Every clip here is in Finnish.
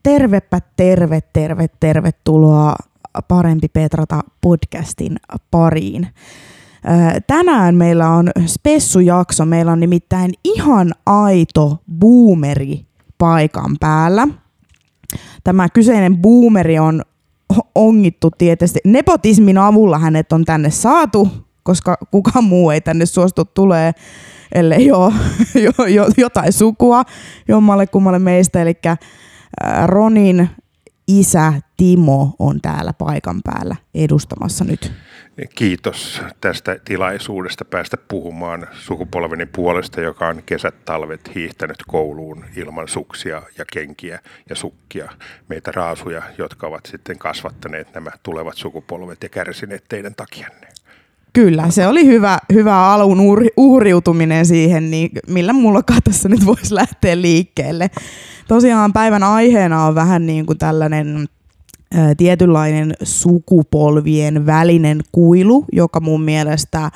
tervetuloa Parempi Petrata podcastin pariin. Tänään meillä on spessujakso, meillä on nimittäin ihan aito boomeri paikan päällä. Tämä kyseinen boomeri on ongittu tietysti, nepotismin avulla hänet on tänne saatu, koska kukaan muu ei tänne suostu tulee, ellei ole jotain sukua jommalle kummalle meistä. Eli Ronin isä Timo on täällä paikan päällä edustamassa nyt. Kiitos tästä tilaisuudesta päästä puhumaan sukupolveni puolesta, joka on kesät talvet hiihtänyt kouluun ilman suksia ja kenkiä ja sukkia. Meitä raasuja, jotka ovat sitten kasvattaneet nämä tulevat sukupolvet ja kärsineet teidän takianne. Kyllä, se oli hyvä alun uhriutuminen siihen, niin millä mullakaan tässä nyt voisi lähteä liikkeelle. Tosiaan päivän aiheena on vähän niin kuin tällainen tietynlainen sukupolvien välinen kuilu, joka mun mielestä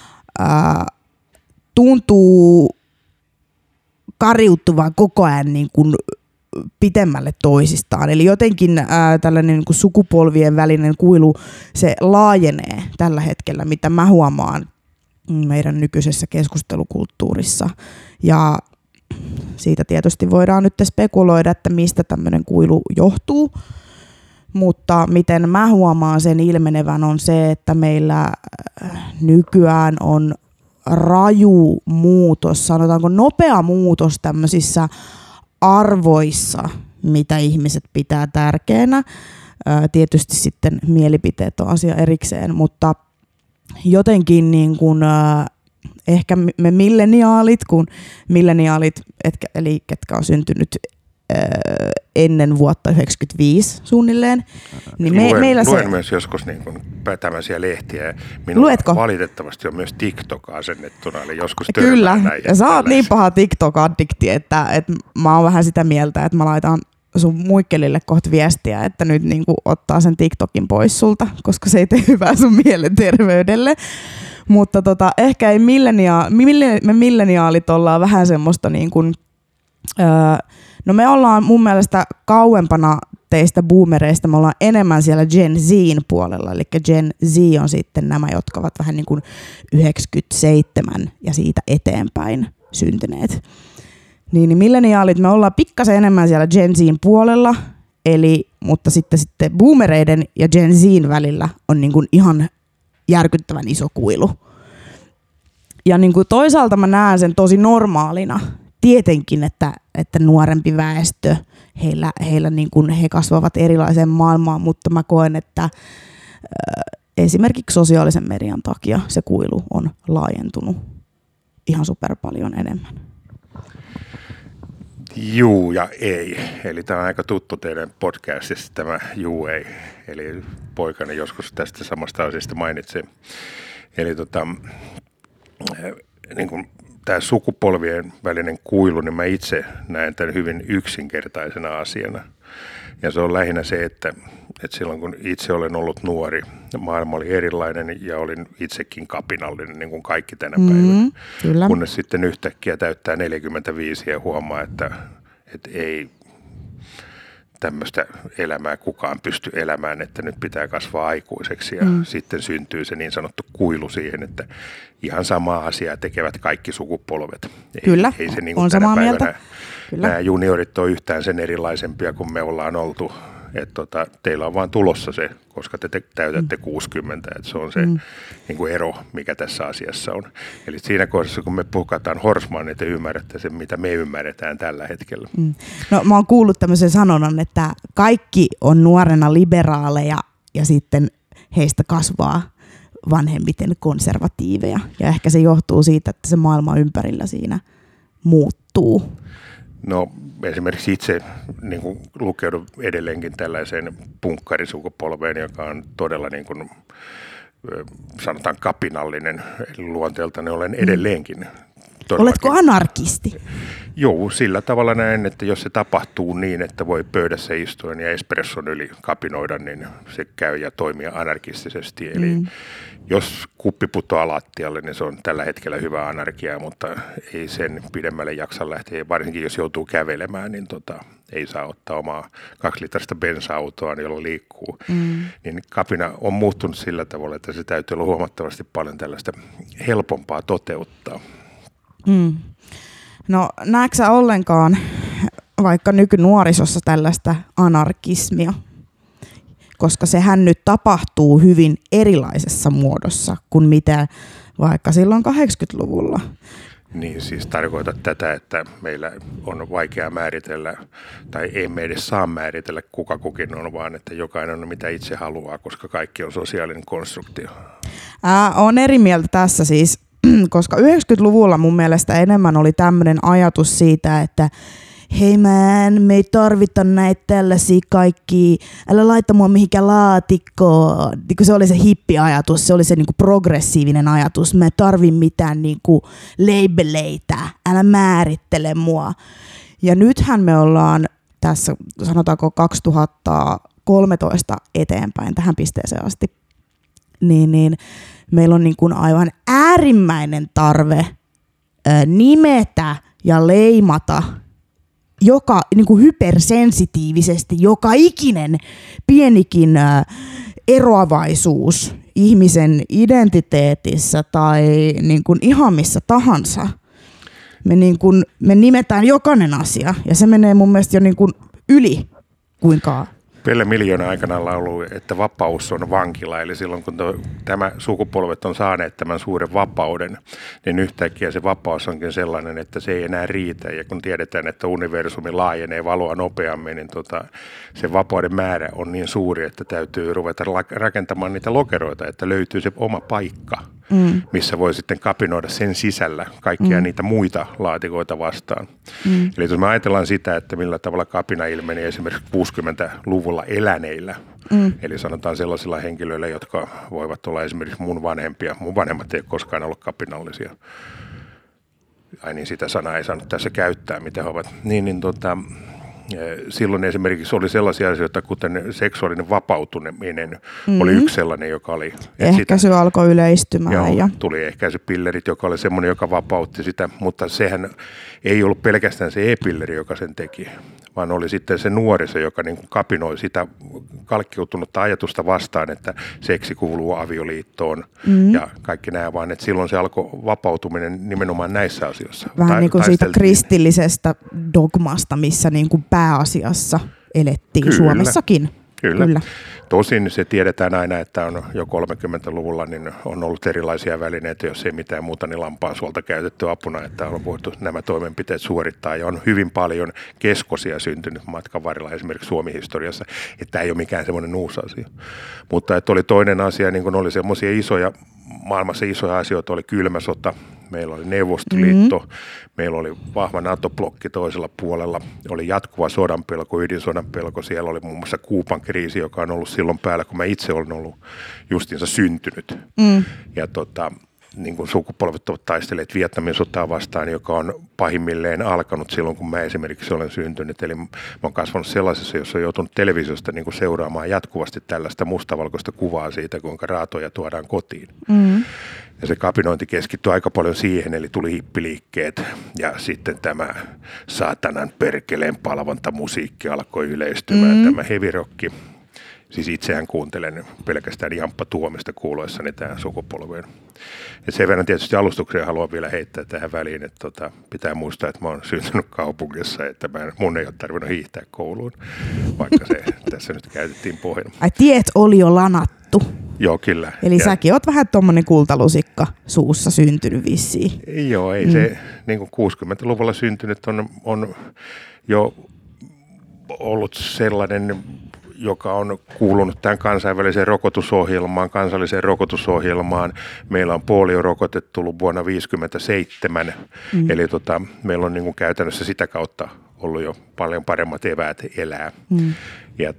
tuntuu kariuttuvan koko ajan niin kuin pitemmälle toisistaan. Eli jotenkin tällainen niin kuin sukupolvien välinen kuilu, se laajenee tällä hetkellä, mitä mä huomaan meidän nykyisessä keskustelukulttuurissa. Ja siitä tietysti voidaan nyt spekuloida, että mistä tämmöinen kuilu johtuu. Mutta miten mä huomaan sen ilmenevän on se, että meillä nykyään on raju muutos, sanotaanko nopea muutos tämmöisissä arvoissa, mitä ihmiset pitää tärkeänä. Tietysti sitten mielipiteet on asia erikseen, mutta jotenkin niin kuin, ehkä me milleniaalit, eli ketkä on syntynyt ennen vuotta 1995 suunnilleen. Niin luen myös joskus niin kuin tämmöisiä lehtiä. Minulla valitettavasti on myös TikTok asennettuna, eli joskus törmää. Kyllä, näin. Ja sä oot niin paha TikTok-addikti, että mä oon vähän sitä mieltä, että mä laitan sun muikkelille kohta viestiä, että nyt niin kuin ottaa sen TikTokin pois sulta, koska se ei tee hyvää sun mielenterveydelle. Mutta ehkä ei me milleniaalit ollaan vähän semmoista niin kuin, no me ollaan mun mielestä kauempana teistä boomereista, me ollaan enemmän siellä Gen Zin puolella, eli Gen Z on sitten nämä, jotka ovat vähän niin kuin 97 ja siitä eteenpäin syntyneet. Niin milleniaalit, me ollaan pikkasen enemmän siellä Gen Zin puolella, mutta sitten boomereiden ja Gen Zin välillä on niin kuin ihan järkyttävän iso kuilu. Ja niin kuin toisaalta mä näen sen tosi normaalina, tietenkin, että nuorempi väestö, heillä niin kuin he kasvavat erilaiseen maailmaan, mutta mä koen, että esimerkiksi sosiaalisen median takia se kuilu on laajentunut ihan super paljon enemmän. Juu ja ei. Eli tämä on aika tuttu teidän podcastissa tämä juu ei. Eli poikani joskus tästä samasta asiasta mainitsi. Eli niin kuin tämä sukupolvien välinen kuilu, niin mä itse näen tämän hyvin yksinkertaisena asiana. Ja se on lähinnä se, että silloin kun itse olen ollut nuori, maailma oli erilainen ja olin itsekin kapinallinen niin kuin kaikki tänä päivänä. Kyllä. Kunnes sitten yhtäkkiä täyttää 45 ja huomaa, että ei tämmöistä elämää kukaan pysty elämään, että nyt pitää kasvaa aikuiseksi ja sitten syntyy se niin sanottu kuilu siihen, että ihan samaa asiaa tekevät kaikki sukupolvet. Kyllä, ei se niin on samaa mieltä. Kyllä. Nämä juniorit on yhtään sen erilaisempia kuin me ollaan oltu. Että teillä on vaan tulossa se, koska te täytätte 60, että se on se niin kuin ero, mikä tässä asiassa on. Eli siinä kohdassa, kun me puhutaan Horsmaan, niin te ymmärrätte sen, mitä me ymmärretään tällä hetkellä. No mä oon kuullut tämmöisen sanonnan, että kaikki on nuorena liberaaleja ja sitten heistä kasvaa vanhemmiten konservatiiveja. Ja ehkä se johtuu siitä, että se maailma ympärillä siinä muuttuu. No esimerkiksi itse niin kuin lukeudun edelleenkin tällaiseen punkkarisukupolveen, joka on todella niin kuin, sanotaan kapinallinen luonteelta, niin olen edelleenkin Oletko anarkisti? Joo, sillä tavalla näen, että jos se tapahtuu niin, että voi pöydässä istua ja espresson yli kapinoida, niin se käy ja toimia anarkistisesti. Eli jos kuppi putoaa lattialle, niin se on tällä hetkellä hyvä anarkia, mutta ei sen pidemmälle jaksa lähteä. Varsinkin jos joutuu kävelemään, niin ei saa ottaa omaa 2-litrasta bensa-autoa, jolla liikkuu. Niin kapina on muuttunut sillä tavalla, että se täytyy olla huomattavasti paljon tällaista helpompaa toteuttaa. No näetkö sä ollenkaan vaikka nykynuorisossa tällaista anarkismia? Koska sehän nyt tapahtuu hyvin erilaisessa muodossa kuin mitä vaikka silloin 80-luvulla. Niin siis tarkoitat tätä, että meillä on vaikea määritellä, tai emme edes saa määritellä kuka kukin on, vaan että jokainen on mitä itse haluaa, koska kaikki on sosiaalinen konstruktio. Olen eri mieltä tässä siis, koska 90-luvulla mun mielestä enemmän oli tämmöinen ajatus siitä, että hei man, me ei tarvita näitä tällaisia kaikkia, älä laita mua mihinkään laatikkoon. Niin se oli se hippiajatus, se oli se niinku progressiivinen ajatus. Mä en tarvi mitään niinku labeleitä, älä määrittele mua. Ja nythän me ollaan tässä, sanotaanko 2013 eteenpäin tähän pisteeseen asti, niin meillä on niinku aivan äärimmäinen tarve nimetä ja leimata joka niin kuin hypersensitiivisesti, joka ikinen pienikin eroavaisuus ihmisen identiteetissä tai niin kuin ihan missä tahansa. Me nimetään jokainen asia ja se menee mun mielestä jo niin kuin yli kuinka. Pelle Miljoona aikana laulu, että vapaus on vankila, eli silloin kun tämä sukupolvet on saaneet tämän suuren vapauden, niin yhtäkkiä se vapaus onkin sellainen, että se ei enää riitä. Ja kun tiedetään, että universumi laajenee valoa nopeammin, niin se vapauden määrä on niin suuri, että täytyy ruveta rakentamaan niitä lokeroita, että löytyy se oma paikka, missä voi sitten kapinoida sen sisällä kaikkia niitä muita laatikoita vastaan. Eli jos me ajatellaan sitä, että millä tavalla kapina ilmeni esimerkiksi 60-luvulla eläneillä, eli sanotaan sellaisilla henkilöillä, jotka voivat olla esimerkiksi mun vanhempia. Mun vanhemmat ei ole koskaan ollut kapinallisia. Ai niin, sitä sanaa ei saanut tässä käyttää, mitä he ovat. Silloin esimerkiksi oli sellaisia asioita, kuten seksuaalinen vapautuminen oli yksi sellainen, joka oli. Ehkäisy alkoi yleistymään. Joo, tuli ehkäisypillerit, joka oli semmoinen, joka vapautti sitä, mutta sehän ei ollut pelkästään se e-pilleri, joka sen teki, vaan oli sitten se nuoriso, joka niin kuin kapinoi sitä kalkkiutunutta ajatusta vastaan, että seksi kuuluu avioliittoon ja kaikki nämä, vaan että silloin se alkoi vapautuminen nimenomaan näissä asioissa. Vähän niin kuin siitä kristillisestä dogmasta, missä niin kuin pääasiassa elettiin Suomessakin. Kyllä. Tosin se tiedetään aina, että on jo 30-luvulla niin on ollut erilaisia välineitä, jos ei mitään muuta, niin lampaansuolta käytetty apuna, että on voitu nämä toimenpiteet suorittaa. Ja on hyvin paljon keskosia syntynyt matkan varrella esimerkiksi Suomi-historiassa, että tämä ei ole mikään semmoinen uusi asia. Mutta että oli toinen asia, niin kuin oli semmoisia maailmassa isoja asioita, oli kylmä sota, meillä oli Neuvostoliitto, meillä oli vahva NATO-blokki toisella puolella, oli jatkuva sodanpelko, ydinsodanpelko, siellä oli muun muassa Kuuban kriisi, joka on ollut silloin päällä, kun mä itse olen ollut justiinsa syntynyt. Ja niin kuin sukupolvet ovat taistelleet Vietnamin sotaa vastaan, joka on pahimmilleen alkanut silloin, kun mä esimerkiksi olen syntynyt. Eli mä oon kasvanut sellaisessa, jossa on joutunut televisiosta niin kuin seuraamaan jatkuvasti tällaista mustavalkoista kuvaa siitä, kuinka raatoja tuodaan kotiin. Ja se kapinointi keskittyi aika paljon siihen, eli tuli hippiliikkeet ja sitten tämä saatanan perkeleen palvontamusiikki alkoi yleistymään, tämä heavy rock. Siis itseään kuuntelen pelkästään Jamppa Tuomista kuuloissani tähän sukupolveen. Ja sen verran tietysti alustuksia haluan vielä heittää tähän väliin, että pitää muistaa, että mä oon syntynyt kaupungissa, että mun ei ole tarvinnut hiihtää kouluun, vaikka se tässä nyt käytettiin pohjana. Ai tiet oli jo lanattu. Joo, kyllä. Eli säkin oot vähän tommonen kultalusikka suussa syntynyt vissiin. Joo, ei se niin kuin 60-luvulla syntynyt on jo ollut sellainen, joka on kuulunut tämän kansainväliseen rokotusohjelmaan, kansalliseen rokotusohjelmaan. Meillä on poliorokote tullut vuonna 1957, eli meillä on niin kuin käytännössä sitä kautta ollut jo paljon paremmat eväät elää. Ja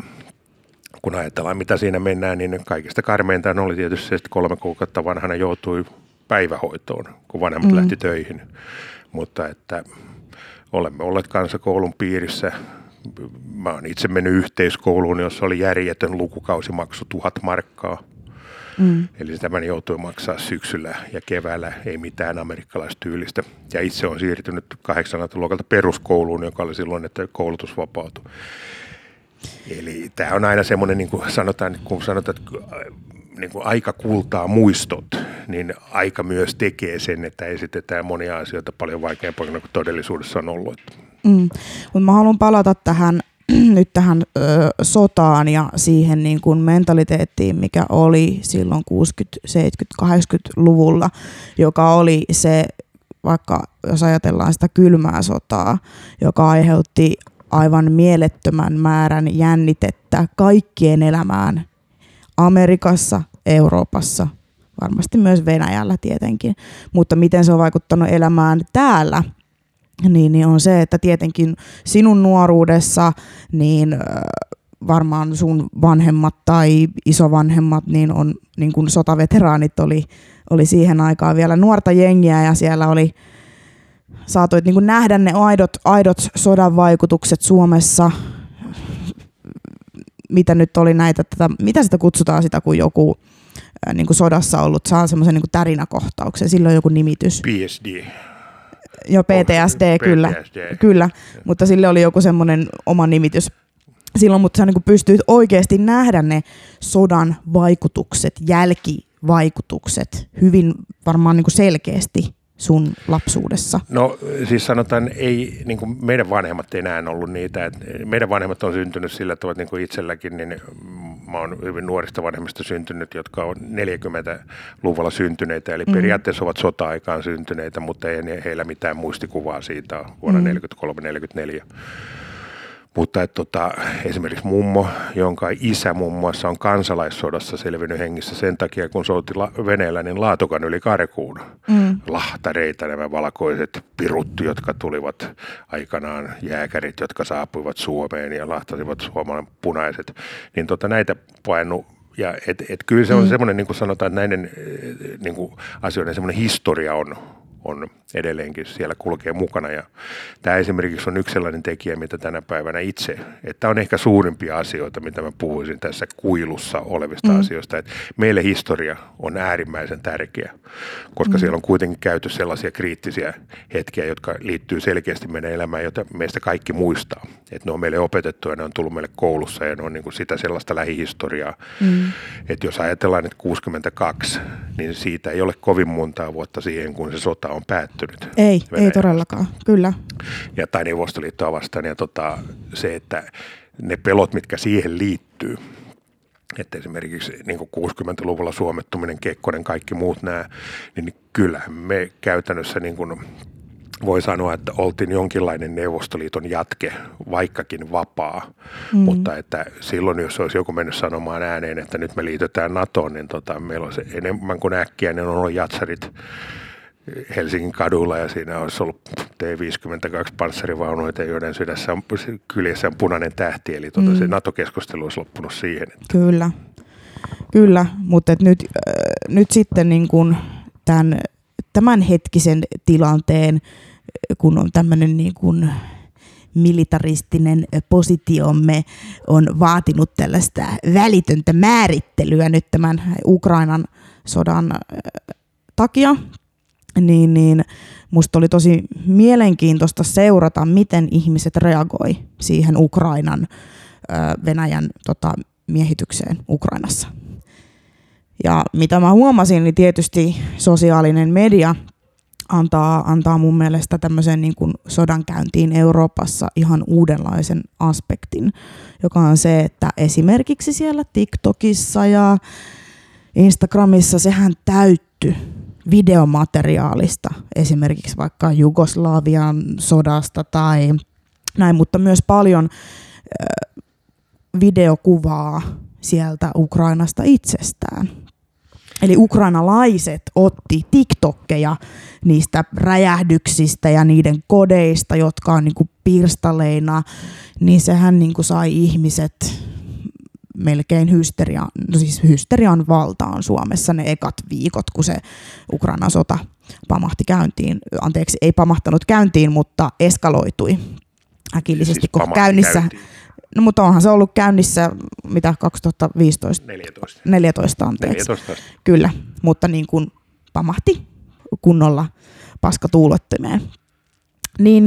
kun ajatellaan, mitä siinä mennään, niin kaikista karmeintaan oli tietysti se, että 3 kuukautta vanhana joutui päivähoitoon, kun vanhemmat lähti töihin. Mutta että olemme olleet kansakoulun piirissä. Mä oon itse mennyt yhteiskouluun, jossa oli järjetön lukukausimaksu 1000 markkaa. Eli sitä mä joutuin maksaa syksyllä ja keväällä, ei mitään amerikkalaistyylistä. Ja itse on siirtynyt 8. luokalta peruskouluun, joka oli silloin, että koulutus vapautui. Eli tämä on aina semmoinen, niin kuin sanotaan, että niin kuin aika kultaa muistot, niin aika myös tekee sen, että esitetään monia asioita paljon vaikeampana kuin todellisuudessa on ollut. Mutta mä haluan palata tähän sotaan ja siihen niin kuin mentaliteettiin, mikä oli silloin 60-, 70-, 80-luvulla, joka oli se, vaikka jos ajatellaan sitä kylmää sotaa, joka aiheutti aivan mielettömän määrän jännitettä kaikkien elämään Amerikassa, Euroopassa, varmasti myös Venäjällä tietenkin, mutta miten se on vaikuttanut elämään täällä, niin on se, että tietenkin sinun nuoruudessa niin varmaan sun vanhemmat tai isovanhemmat niin on niin kuin sotaveteraanit oli siihen aikaan vielä nuorta jengiä ja siellä saatoit niin kuin nähdä ne aidot sodan vaikutukset Suomessa. Mitä nyt oli mitä sitä kutsutaan sitä, kun joku niin kuin sodassa ollut saa semmoisen niin kuin tärinäkohtauksen, sillä on joku nimitys. PSD. Joo, PTSD, kyllä, mutta sille oli joku semmoinen oma nimitys silloin, mutta sä niin kuin pystyit oikeasti nähdä ne sodan vaikutukset, jälkivaikutukset hyvin varmaan niin kuin selkeästi sun lapsuudessa. No siis sanotaan, ei, niin kuin meidän vanhemmat ei enää ollut niitä, että meidän vanhemmat on syntynyt sillä tavalla, niin kuin itselläkin, niin mä oon hyvin nuorista vanhemmista syntynyt, jotka on 40-luvulla syntyneitä, eli periaatteessa ovat sota-aikaan syntyneitä, mutta ei heillä mitään muistikuvaa siitä vuonna 1943-1944. Mutta esimerkiksi mummo, jonka isä muun muassa on kansalaissodassa selvinnyt hengissä sen takia, kun souti veneellä, niin Laatokan yli karkuun. Lahtareita, nämä valkoiset pirut, jotka tulivat aikanaan, jääkärit, jotka saapuivat Suomeen ja lahtasivat suomalainen punaiset. Niin näitä painu. Ja kyllä se on semmoinen, niin kuin sanotaan, että näiden niin kuin asioiden semmoinen historia on edelleenkin siellä kulkee mukana. Ja tämä esimerkiksi on yksi sellainen tekijä, mitä tänä päivänä itse, että on ehkä suurimpia asioita, mitä mä puhuisin tässä kuilussa olevista asioista. Että meille historia on äärimmäisen tärkeä, koska siellä on kuitenkin käyty sellaisia kriittisiä hetkiä, jotka liittyy selkeästi meidän elämään, jota meistä kaikki muistaa. Että ne on meille opetettu ja ne on tullut meille koulussa ja ne on niin kuin sitä sellaista lähihistoriaa. Että jos ajatellaan, että 62, niin siitä ei ole kovin montaa vuotta siihen, kun se sota on päättynyt. Ei todellakaan, kyllä. Ja tai Neuvostoliittoa vastaan ja se, että ne pelot, mitkä siihen liittyy, että esimerkiksi niin kuin 60-luvulla suomettuminen, Kekkonen, kaikki muut nämä, niin kyllähän me käytännössä niin kuin voi sanoa, että oltiin jonkinlainen Neuvostoliiton jatke, vaikkakin vapaa, mutta että silloin, jos olisi joku mennyt sanomaan ääneen, että nyt me liitytään NATOon, niin meillä olisi enemmän kuin äkkiä, ne on ollut jatsarit Helsingin kadulla ja siinä olisi ollut T-52 panssarivaunuita, joiden kyljessä on punainen tähti, eli se NATO-keskustelu olisi loppunut siihen. Kyllä, mutta nyt sitten niin kuin tämänhetkisen tilanteen, kun on tämmöinen niin kuin militaristinen positiomme on vaatinut tällaista välitöntä määrittelyä nyt tämän Ukrainan sodan takia, niin musta oli tosi mielenkiintoista seurata, miten ihmiset reagoi siihen Ukrainan, Venäjän miehitykseen Ukrainassa. Ja mitä mä huomasin, niin tietysti sosiaalinen media antaa mun mielestä tämmöisen niin kuin sodankäyntiin Euroopassa ihan uudenlaisen aspektin, joka on se, että esimerkiksi siellä TikTokissa ja Instagramissa sehän täyttyi videomateriaalista, esimerkiksi vaikka Jugoslavian sodasta tai näin, mutta myös paljon videokuvaa sieltä Ukrainasta itsestään. Eli ukrainalaiset otti TikTokkeja niistä räjähdyksistä ja niiden kodeista, jotka on niinku pirstaleina, niin sehän niinku sai ihmiset melkein hysterian valtaan Suomessa ne ekat viikot, kun se Ukrainan sota pamahti käyntiin. Anteeksi, ei pamahtanut käyntiin, mutta eskaloitui äkillisesti siis koko käynnissä. Käyntiin. No, mutta onhan se ollut käynnissä, mitä 2015? 14, anteeksi. 14. Kyllä, mutta niin kuin pamahti kunnolla paskatuulettimeen. Niin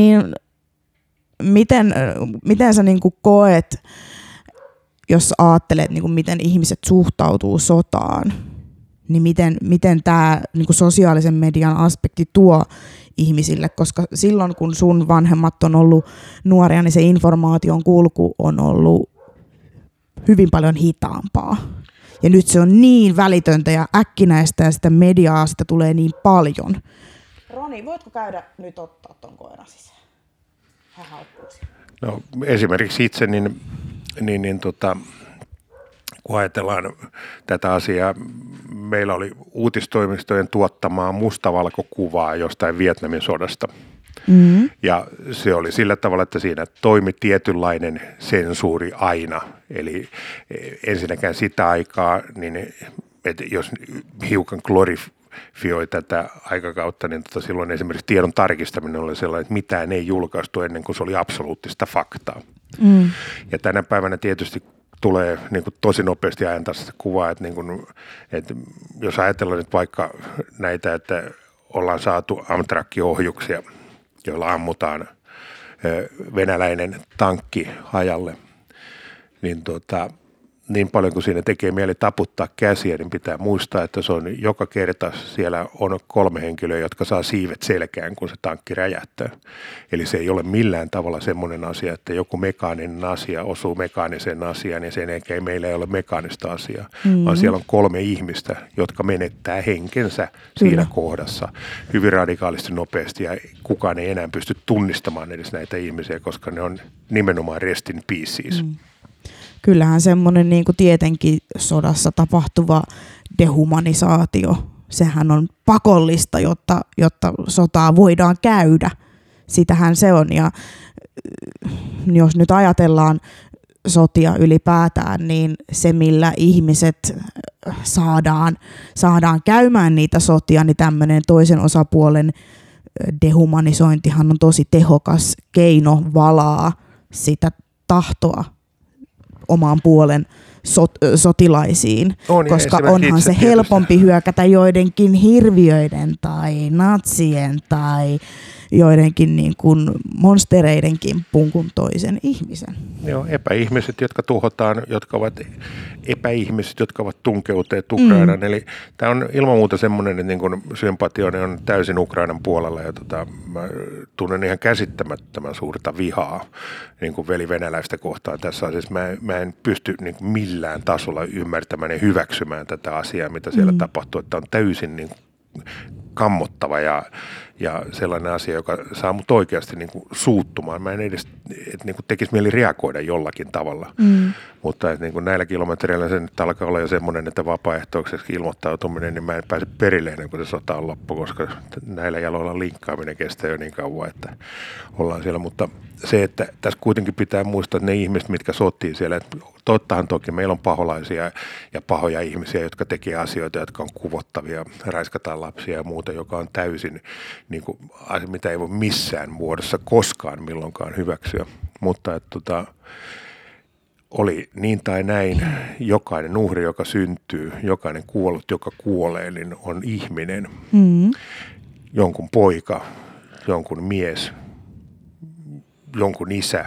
miten sä niin kuin koet, jos ajattelet, niin kuin miten ihmiset suhtautuu sotaan, niin miten tämä niin kuin sosiaalisen median aspekti tuo ihmisille, koska silloin kun sun vanhemmat on ollut nuoria, niin se informaation kulku on ollut hyvin paljon hitaampaa. Ja nyt se on niin välitöntä ja äkkinäistä ja sitä mediaa sitä tulee niin paljon. Roni, voitko käydä nyt ottaa ton koiran sisään? Hän haukkuusi. No esimerkiksi itse, kun ajatellaan tätä asiaa, meillä oli uutistoimistojen tuottamaa mustavalkokuvaa jostain Vietnamin sodasta. Mm-hmm. Ja se oli sillä tavalla, että siinä toimi tietynlainen sensuuri aina. Eli ensinnäkään sitä aikaa, niin että jos hiukan glorifioi tätä aikakautta, niin silloin esimerkiksi tiedon tarkistaminen oli sellainen, että mitään ei julkaistu ennen kuin se oli absoluuttista faktaa. Mm. Ja tänä päivänä tietysti tulee niin kuin tosi nopeasti ajantasaista kuvaa, että, niin kuin, että jos ajatellaan nyt vaikka näitä, että ollaan saatu Amtrak-ohjuksia, joilla ammutaan venäläinen tankki hajalle, niin paljon kuin siinä tekee mieli taputtaa käsiä, niin pitää muistaa, että se on joka kerta siellä on 3 henkilöä, jotka saa siivet selkään, kun se tankki räjähtää. Eli se ei ole millään tavalla semmoinen asia, että joku mekaaninen asia osuu mekaaniseen asiaan ja sen jälkeen meillä ei ole mekaanista asiaa, vaan siellä on 3 ihmistä, jotka menettää henkensä siinä kohdassa hyvin radikaalisti nopeasti ja kukaan ei enää pysty tunnistamaan edes näitä ihmisiä, koska ne on nimenomaan rest in pieces. Kyllähän semmoinen niin kuin tietenkin sodassa tapahtuva dehumanisaatio, sehän on pakollista, jotta sotaa voidaan käydä. Sitähän se on. Ja jos nyt ajatellaan sotia ylipäätään, niin se millä ihmiset saadaan käymään niitä sotia, niin tämmöinen toisen osapuolen dehumanisointihan on tosi tehokas keino valaa sitä tahtoa omaan puolen sotilaisiin, koska onhan se helpompi hyökätä joidenkin hirviöiden tai natsien tai joidenkin niin kuin monstereiden kimppuun kuin toisen ihmisen. Joo, epäihmiset, jotka tuhotaan, jotka ovat epäihmiset, jotka ovat tunkeutuneet Ukrainaan. Eli tämä on ilman muuta semmoinen, että niin kuin sympationi on täysin Ukrainan puolella ja mä tunnen ihan käsittämättömän suurta vihaa niin kuin veli-venäläistä kohtaan tässä asiassa. Mä en pysty niin kuin millään tasolla ymmärtämään ja hyväksymään tätä asiaa, mitä siellä tapahtuu. Että on täysin niin kuin kammottava ja sellainen asia, joka saa mut oikeasti niin kuin suuttumaan. Mä en edes niin kuin tekisi mieli reagoida jollakin tavalla, mutta että niin kuin näillä kilometreillä se nyt alkaa olla jo semmoinen, että vapaaehtoiseksi ilmoittautuminen, niin mä en pääse perille ennen kuin se sota on loppu, koska näillä jaloilla linkkaaminen kestää jo niin kauan, että ollaan siellä. Mutta se, että tässä kuitenkin pitää muistaa, että ne ihmiset, mitkä sotii siellä, että tottahan toki meillä on paholaisia ja pahoja ihmisiä, jotka tekee asioita, jotka on kuvottavia, raiskataan lapsia ja muuta, joka on täysin, niin kuin, mitä ei voi missään muodossa koskaan milloinkaan hyväksyä. Mutta että oli niin tai näin, jokainen uhri, joka syntyy, jokainen kuollut, joka kuolee, niin on ihminen. Jonkun poika, jonkun mies, jonkun isä.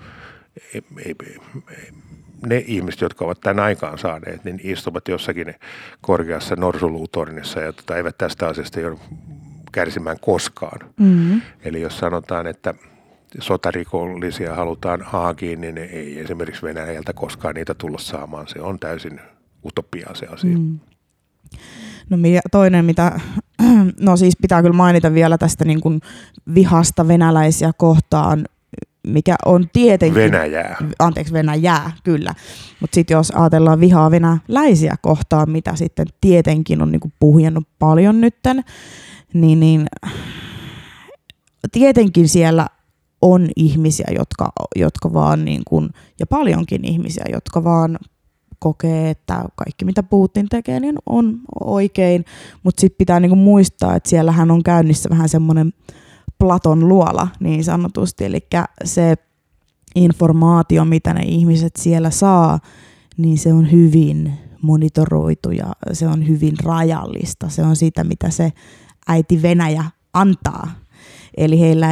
Ne ihmiset, jotka ovat tämän aikaan saaneet, niin istuvat jossakin korkeassa norsuluutornissa ja eivät tästä asiasta joudu kärsimään koskaan. Eli jos sanotaan, että sotarikollisia halutaan Haagiin, niin ei esimerkiksi Venäjältä koskaan niitä tulla saamaan. Se on täysin utopiaa se asia. No toinen, mitä, no siis pitää kyllä mainita vielä tästä niin kuin vihasta venäläisiä kohtaan, mikä on tietenkin... Venäjää, kyllä. Mutta sitten jos ajatellaan vihaa venäläisiä kohtaan, mitä sitten tietenkin on niinku puhjennut paljon nytten, niin tietenkin siellä on ihmisiä, jotka vaan niin kuin, ja paljonkin ihmisiä, jotka vaan kokee, että kaikki mitä Putin tekee niin on oikein, mutta sitten pitää niinku muistaa, että siellähän on käynnissä vähän semmoinen Platon luola niin sanotusti, eli se informaatio, mitä ne ihmiset siellä saa, niin se on hyvin monitoroitu ja se on hyvin rajallista. Se on sitä, mitä se äiti Venäjä antaa. Eli he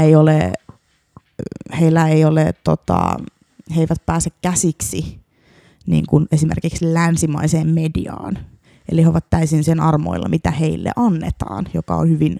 eivät pääse käsiksi niin kuin esimerkiksi länsimaiseen mediaan. Eli he ovat täysin sen armoilla, mitä heille annetaan, joka on hyvin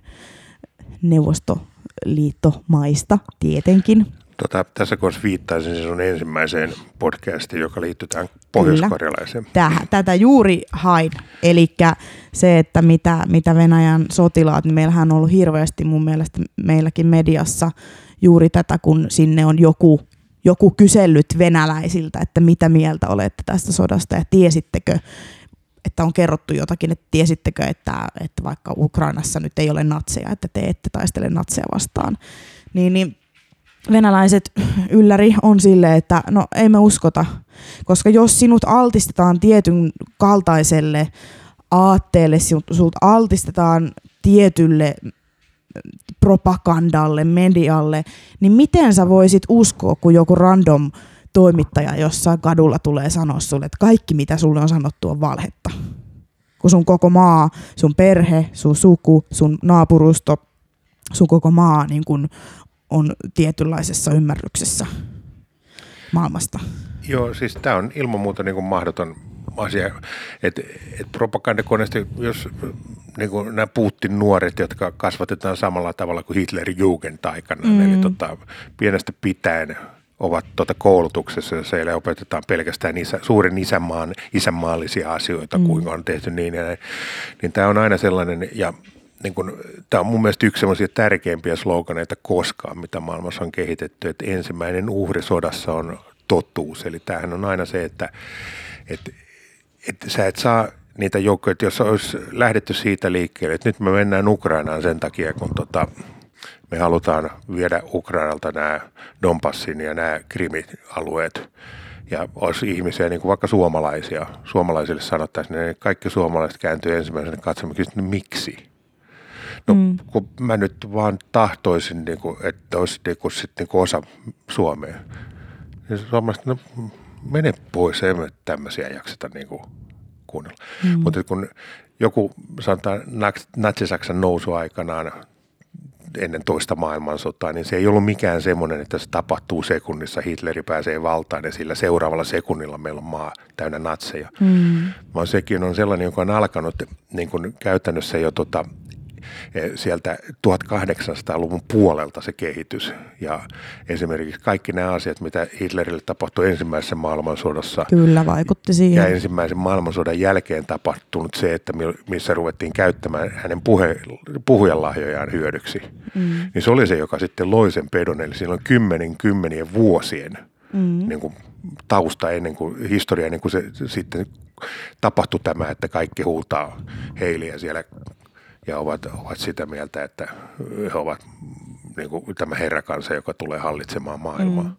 neuvostoliittomaista tietenkin. Tässä kohdassa viittaisin sinun ensimmäiseen podcastiin, joka liittyy tähän pohjois-korealaiseen. Tätä juuri hain. Eli se, että mitä Venäjän sotilaat, niin meillähän on ollut hirveästi mun mielestä meilläkin mediassa juuri tätä, kun sinne on joku kysellyt venäläisiltä, että mitä mieltä olette tästä sodasta ja tiesittekö, että on kerrottu jotakin, että tiesittekö, että vaikka Ukrainassa nyt ei ole natseja, että te ette taistele natseja vastaan. Niin venäläiset ylläri on silleen, että no ei me uskota, koska jos sinut altistetaan tietyn kaltaiselle aatteelle, sinut altistetaan tietylle propagandalle, medialle, niin miten sä voisit uskoa, kun joku random toimittaja jossain kadulla tulee sanoa sulle, että kaikki mitä sulle on sanottu on valhetta. Kun sun koko maa, sun perhe, sun suku, sun naapurusto, sun koko maa niin kun on tietynlaisessa ymmärryksessä maailmasta. Joo, siis tämä on ilman muuta niin kuin mahdoton asia, että propagandakoneesti, jos niin kuin nämä Putin nuoret, jotka kasvatetaan samalla tavalla kuin Hitlerin Jugend aikana, eli pienestä pitäen ovat koulutuksessa, jossa heille opetetaan pelkästään suuren isänmaallisia asioita, kuinka on tehty niin ja näin. Niin tämä on aina sellainen, ja niin kun, tämä on mun mielestä yksi sellaisia tärkeimpiä sloganeita koskaan, mitä maailmassa on kehitetty, että ensimmäinen uhri sodassa on totuus. Eli tämähän on aina se, että sä et saa niitä joukkoja, että jos olisi lähdetty siitä liikkeelle, että nyt me mennään Ukrainaan sen takia, kun me halutaan viedä Ukrainalta nämä Donbassin ja nämä Krimi-alueet. Ja olisi ihmisiä, niin kuin vaikka suomalaisille sanottaisiin, niin kaikki suomalaiset kääntyy ensimmäisenä katsomaan, että miksi? No kun mä nyt vaan tahtoisin, että olisi osa Suomea. Ja suomalaiset, no mene pois, ei me tämmöisiä jakseta kuunnella. Mutta kun joku sanotaan Natsi-Saksan nousu aikanaan ennen toista maailmansotaa, niin se ei ollut mikään semmoinen, että se tapahtuu sekunnissa, Hitleri pääsee valtaan ja sillä seuraavalla sekunnilla meillä on maa täynnä natseja. Vaan sekin on sellainen, joka on alkanut niin kuin käytännössä jo sieltä 1800-luvun puolelta se kehitys. Ja esimerkiksi kaikki nämä asiat, mitä Hitlerille tapahtui ensimmäisessä maailmansodassa. Kyllä, vaikutti siihen. Ja ensimmäisen maailmansodan jälkeen tapahtunut se, että missä ruvettiin käyttämään hänen puhujanlahjojaan hyödyksi. Niin se oli se, joka sitten loi sen pedon. Eli siinä on kymmenien vuosien niin kuin tausta ennen kuin historia, ennen kuin se sitten tapahtui tämä, että kaikki huutaa heiliä siellä ja ovat sitä mieltä, että he ovat niin kuin tämä herrakansa, joka tulee hallitsemaan maailmaa.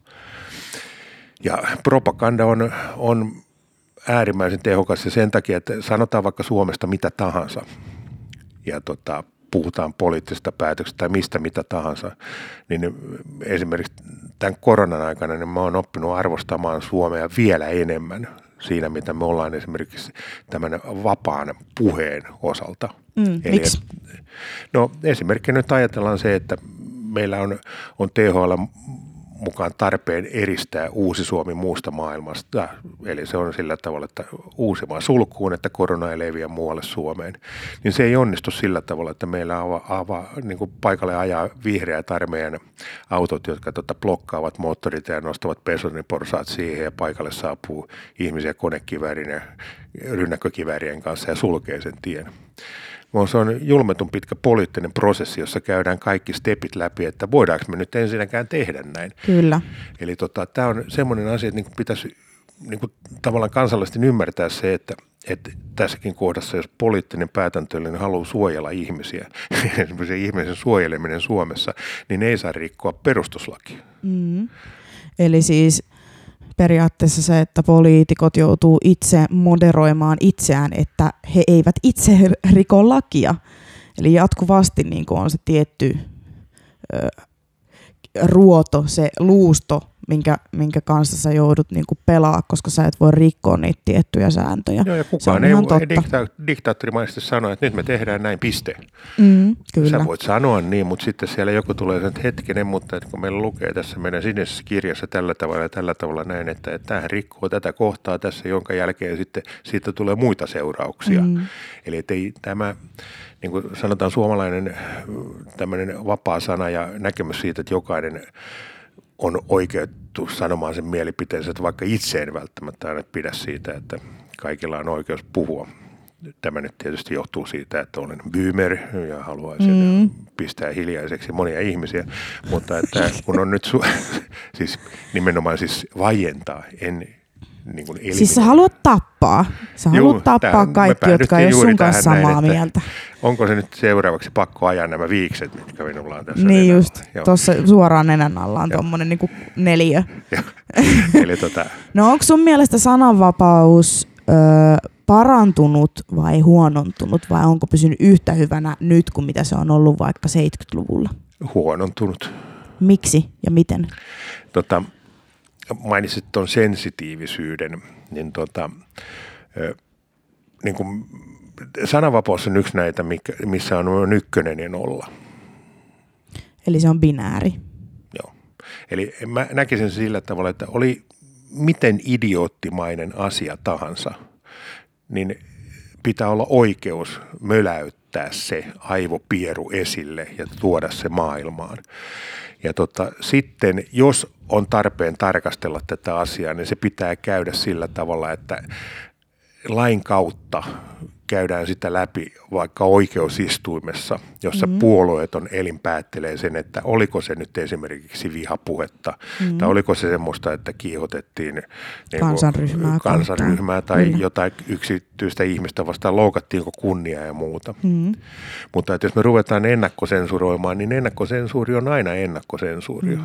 Ja propaganda on äärimmäisen tehokas ja sen takia, että sanotaan vaikka Suomesta mitä tahansa ja puhutaan poliittisesta päätöksestä tai mistä mitä tahansa, niin esimerkiksi tämän koronan aikana niin mä oon oppinut arvostamaan Suomea vielä enemmän siinä, mitä me ollaan esimerkiksi tämän vapaan puheen osalta. Miksi? No esimerkiksi nyt ajatellaan se, että meillä on THL mukaan tarpeen eristää uusi Suomi muusta maailmasta. Eli se on sillä tavalla, että uusimaan sulkuun, että korona ei leviä muualle Suomeen. Niin se ei onnistu sillä tavalla, että meillä niin kuin paikalle ajaa vihreät armeijan autot, jotka blokkaavat moottorit ja nostavat pesoniporsaat siihen ja paikalle saapuu ihmisiä konekiväärin ja rynnäkkökiväärien kanssa ja sulkee sen tien. Se on julmetun pitkä poliittinen prosessi, jossa käydään kaikki stepit läpi, että voidaanko me nyt ensinnäkään tehdä näin. Kyllä. Eli tämä on semmoinen asia, että niin pitäisi niin tavallaan kansalaisesti ymmärtää se, että tässäkin kohdassa, jos poliittinen päätäntöllinen haluaa suojella ihmisiä, esimerkiksi ihmisen suojeleminen Suomessa, niin ei saa rikkoa perustuslakia. Eli siis periaatteessa se, että poliitikot joutuu itse moderoimaan itseään, että he eivät itse riko lakia. Eli jatkuvasti niin kuin on se tietty ruoto, se luusto, minkä kanssa sä joudut niin kuin pelaa, koska sä et voi rikkoa niitä tiettyjä sääntöjä. Joo, ja kukaan ei diktaattorimaisesti sanoa, että nyt me tehdään näin, piste. Kyllä. Sä voit sanoa niin, mutta sitten siellä joku tulee sen, että hetkinen, mutta että kun meillä lukee tässä meidän sinisessä kirjassa tällä tavalla näin, että tämähän rikkoo tätä kohtaa tässä, jonka jälkeen sitten siitä tulee muita seurauksia. Eli ei tämä, niin kuin sanotaan, suomalainen tämmöinen vapaa sana ja näkemys siitä, että jokainen on oikeutettu sanomaan sen mielipiteensä, että vaikka itse en välttämättä aina pidä siitä, että kaikilla on oikeus puhua. Tämä nyt tietysti johtuu siitä, että olen boomer ja haluaisin pistää hiljaiseksi monia ihmisiä, mutta että kun on nyt siis nimenomaan siis vaientaa, en niin kuin eliminoida. Siis sä haluat tappaa. Sä haluat tappaa kaikki, jotka ei ole sun kanssa samaa mieltä. Onko se nyt seuraavaksi pakko ajaa nämä viikset, mitkä minulla on tässä? Niin just, tuossa suoraan nenän alla on tommonen niinku 4. Eli No onko sun mielestä sananvapaus parantunut vai huonontunut vai onko pysynyt yhtä hyvänä nyt kuin mitä se on ollut vaikka 70-luvulla? Huonontunut. Miksi ja miten? Mainitsit tuon sensitiivisyyden, niin, niin kuin sananvapaus on yksi näitä, missä on 1 ja 0. Eli se on binääri. Joo. Eli mä näkisin sillä tavalla, että oli miten idioottimainen asia tahansa, niin pitää olla oikeus möläyttää se aivopieru esille ja tuoda se maailmaan. Ja sitten, jos on tarpeen tarkastella tätä asiaa, niin se pitää käydä sillä tavalla, että lain kautta käydään sitä läpi vaikka oikeusistuimessa, jossa puolueeton elin päättelee sen, että oliko se nyt esimerkiksi vihapuhetta, tai oliko se semmoista, että kiihotettiin kansanryhmää tai jotain yksityistä ihmistä vastaan, loukattiinko kunniaa ja muuta. Mutta että jos me ruvetaan ennakkosensuroimaan, niin ennakkosensuuri on aina ennakkosensuuria.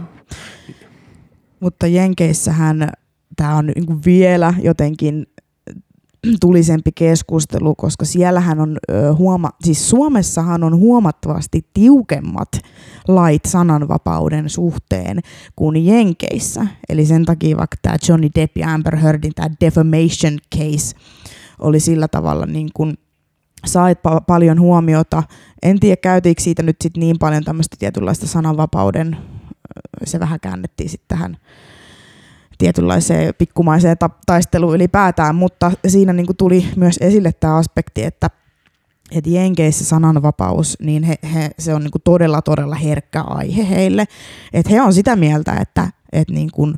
Mutta Jenkeissähän tämä on niin kuin vielä jotenkin tulisempi keskustelu, koska siellähän on siis Suomessahan on huomattavasti tiukemmat lait sananvapauden suhteen kuin Jenkeissä. Eli sen takia vaikka tämä Johnny Depp ja Amber Heardin tämä defamation case oli sillä tavalla niin kuin sai paljon huomiota. En tiedä, käytiinkö siitä nyt sit niin paljon tämmöistä tietynlaista sananvapauden, se vähän käännettiin sitten tähän tietynlaiseen pikkumaiseen taisteluun ylipäätään, mutta siinä niin kuin tuli myös esille tämä aspekti, että Jenkeissä sananvapaus, niin se on niin kuin todella herkkä aihe heille. Että he on sitä mieltä, että niin kuin,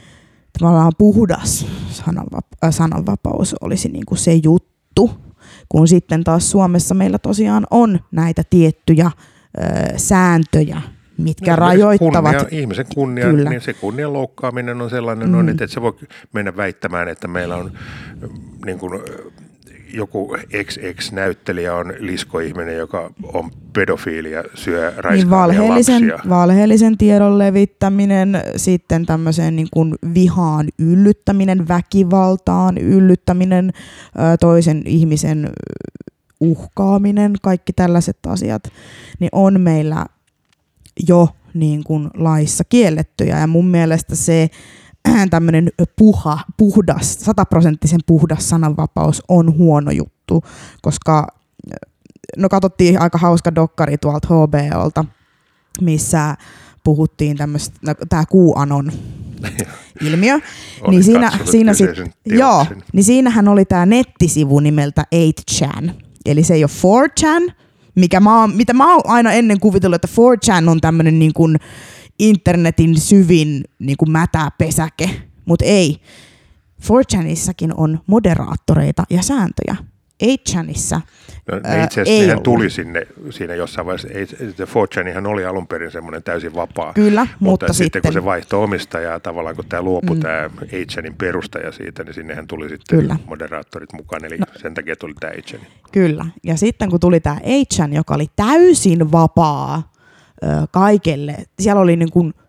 puhdas sananvapaus olisi niin kuin se juttu, kun sitten taas Suomessa meillä tosiaan on näitä tiettyjä sääntöjä, mitkä rajoittavat. Ihmisen kunnia, niin se kunnian loukkaaminen on sellainen, että se voi mennä väittämään, että meillä on niin kuin, joku XX-näyttelijä on liskoihminen, joka on pedofiili ja syö raiskaavia lapsia. Valheellisen tiedon levittäminen, sitten tämmöiseen niin kuin vihaan yllyttäminen, väkivaltaan yllyttäminen, toisen ihmisen uhkaaminen, kaikki tällaiset asiat, niin on meillä jo niin kuin laissa kiellettyjä. Ja mun mielestä se tämmöinen puhdas, 100% puhdas sananvapaus on huono juttu, koska no katsottiin aika hauska dokkari tuolta HBOlta, missä puhuttiin tämmöistä, tämä QAnon ilmiö, niin siinähän oli tämä nettisivu nimeltä 8chan, eli se ei ole 4chan, mitä mä oon aina ennen kuvitellut, että 4chan on tämmöinen niin kuin internetin syvin niin kuin mätäpesäke, mutta ei. 4chanissakin on moderaattoreita ja sääntöjä. 8chanissa itse asiassa nehän tuli siinä jossain vaiheessa. 4chanihan oli alun perin semmoinen täysin vapaa. Kyllä, mutta sitten kun se vaihtoi omistajaa, tavallaan kun tämä luopui tämä 8chanin perustaja siitä, niin sinnehän tuli sitten moderaattorit mukaan, eli sen takia tuli tämä 8chan. Kyllä, ja sitten kun tuli tämä 8chan, joka oli täysin vapaa kaikelle, siellä oli niin kuin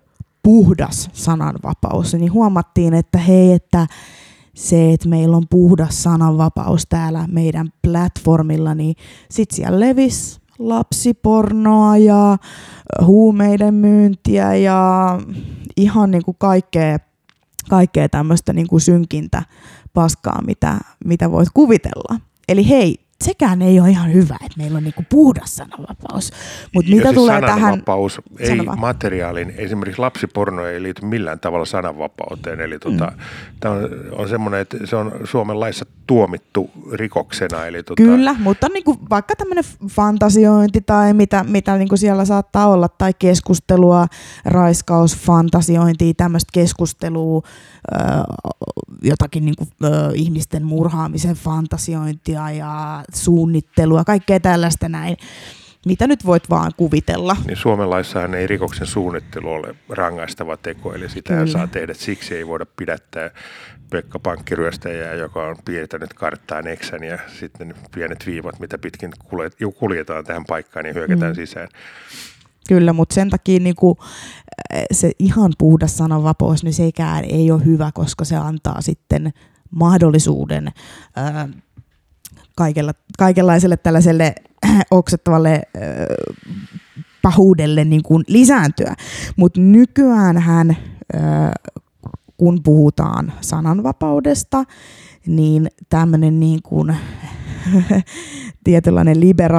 puhdas sananvapaus, niin huomattiin, että hei, että se, että meillä on puhdas sananvapaus täällä meidän platformilla, niin sit siellä levisi lapsipornoa ja huumeiden myyntiä ja ihan niin kuin kaikkea tämmöistä niin kuin synkintä paskaa, mitä voit kuvitella. Eli hei, sekään ei ole ihan hyvä, että meillä on niinku puhdas sananvapaus. Mutta mitä siis tulee sananvapaus ei materiaalin, esimerkiksi lapsiporno ei liity millään tavalla sananvapauteen. Eli tämä on semmoinen, että se on Suomen laissa tuomittu rikoksena. Eli Kyllä, mutta niinku vaikka tämmöinen fantasiointi tai mitä niinku siellä saattaa olla, tai keskustelua, raiskausfantasiointia, tämmöistä keskustelua, jotakin niinku, ihmisten murhaamisen fantasiointia ja suunnittelua, kaikkea tällaista näin, mitä nyt voit vaan kuvitella. Niin Suomen laissahan ei rikoksen suunnittelu ole rangaistava teko, eli sitä saa tehdä. Siksi ei voida pidättää Pekka pankkiryöstäjää, joka on piirtänyt karttaan Exän ja sitten pienet viivat, mitä pitkin kuljetaan tähän paikkaan, niin hyökätään sisään. Kyllä, mutta sen takia niinku, se ihan puhdas sananvapaus, niin sekään ei ole hyvä, koska se antaa sitten mahdollisuuden kaikenlaiselle tällaiselle oksettavalle pahuudelle niin kuin lisääntyä. Mutta nykyäänhän, kun puhutaan sananvapaudesta, niin tämmöinen niin kuin tietynlainen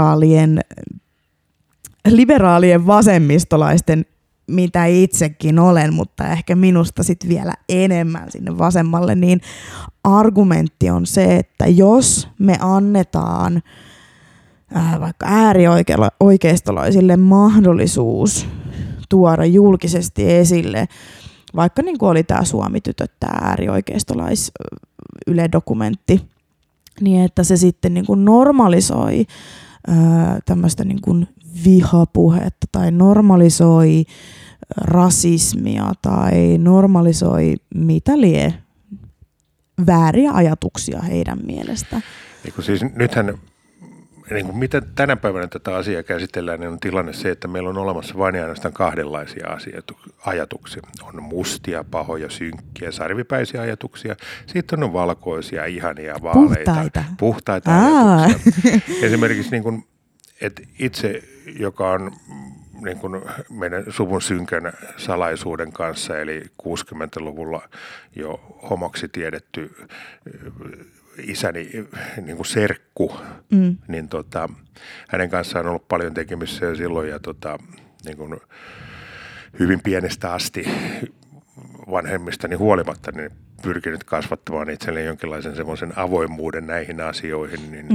liberaalien vasemmistolaisten, mitä itsekin olen, mutta ehkä minusta sit vielä enemmän sinne vasemmalle, niin argumentti on se, että jos me annetaan vaikka äärioikeistolaisille mahdollisuus tuoda julkisesti esille, vaikka niin kuin oli tämä Suomi-tytöt, tämä äärioikeistolais-Yle-dokumentti, niin että se sitten niin kuin normalisoi tämmöistä niin kuin vihapuhetta tai normalisoi rasismia tai normalisoi mitä lie vääriä ajatuksia heidän mielestä. Siis nythän, niin kuin mitä tänä päivänä tätä asiaa käsitellään, niin on tilanne se, että meillä on olemassa vain ainoastaan kahdenlaisia ajatuksia. On mustia, pahoja, synkkiä, sarvipäisiä ajatuksia. Sitten on valkoisia, ihania, vaaleita, puhtaita ajatuksia. Esimerkiksi niin kuin, että itse, joka on niin kuin meidän suvun synkän salaisuuden kanssa, eli 60-luvulla jo homoksi tiedetty isäni niin kuin serkku, niin hänen kanssaan on ollut paljon tekemisissä jo silloin ja niin kuin hyvin pienestä asti vanhemmistani huolimatta niin pyrkinyt kasvattamaan itselleen jonkinlaisen semmoisen avoimuuden näihin asioihin, niin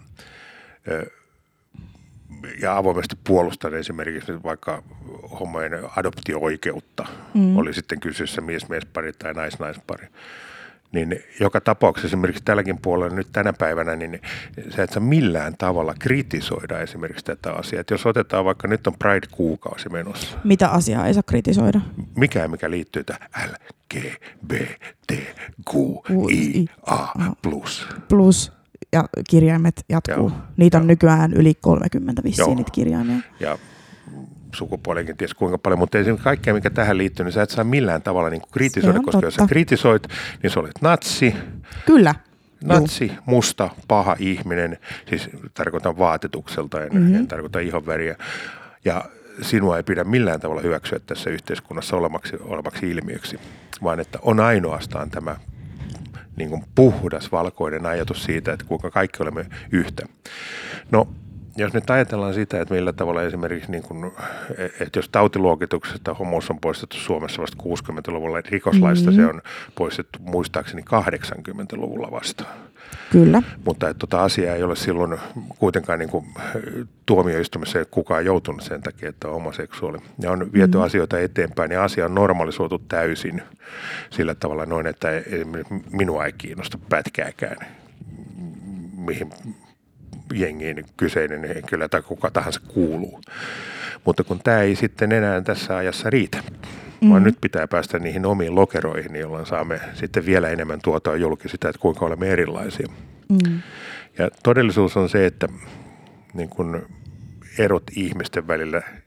ja avoimesti puolustan esimerkiksi vaikka homojen adoptio-oikeutta, oli sitten kyseessä mies-miespari tai nais-naispari. Niin joka tapauksessa esimerkiksi tälläkin puolella nyt tänä päivänä, niin sä et saa millään tavalla kritisoida esimerkiksi tätä asiaa. Et jos otetaan vaikka nyt on Pride-kuukausi menossa. Mitä asiaa ei saa kritisoida? Mikä liittyy tähän LGBTQIA+. Plus. Ja kirjaimet jatkuu. Niitä on nykyään yli 30 vissiin niitä kirjaimia. Ja sukupuolenkin ties kuinka paljon, mutta esimerkiksi kaikkea, mikä tähän liittyy, niin sä et saa millään tavalla niin kuin kritisoida, koska jos sä kritisoit, niin sä olet natsi. Kyllä. Natsi, musta, paha ihminen, siis tarkoitan vaatetukselta, en tarkoita ihonväriä. Ja sinua ei pidä millään tavalla hyväksyä tässä yhteiskunnassa olemaksi ilmiöksi, vaan että on ainoastaan tämä niin kuin puhdas valkoinen ajatus siitä, että kuinka kaikki olemme yhtä. No, jos nyt ajatellaan sitä, että millä tavalla esimerkiksi, niin kuin, että jos tautiluokituksesta homous on poistettu Suomessa vasta 60-luvulla, rikoslaista se on poistettu muistaakseni 80-luvulla vasta. Kyllä. Mutta että asiaa ei ole silloin kuitenkaan niin kuin tuomioistuimessa kukaan joutunut sen takia, että on homoseksuaali. Ja on viety asioita eteenpäin ja asia on normalisoitu täysin sillä tavalla noin, että minua ei kiinnosta pätkääkään, mihin jengiin kyseinen henkilö tai kuka tahansa kuuluu. Mutta kun tämä ei sitten enää tässä ajassa riitä, vaan nyt pitää päästä niihin omiin lokeroihin, jolloin saamme sitten vielä enemmän tuotua julki sitä, että kuinka olemme erilaisia. Ja todellisuus on se, että niin kun erot ihmisten välillä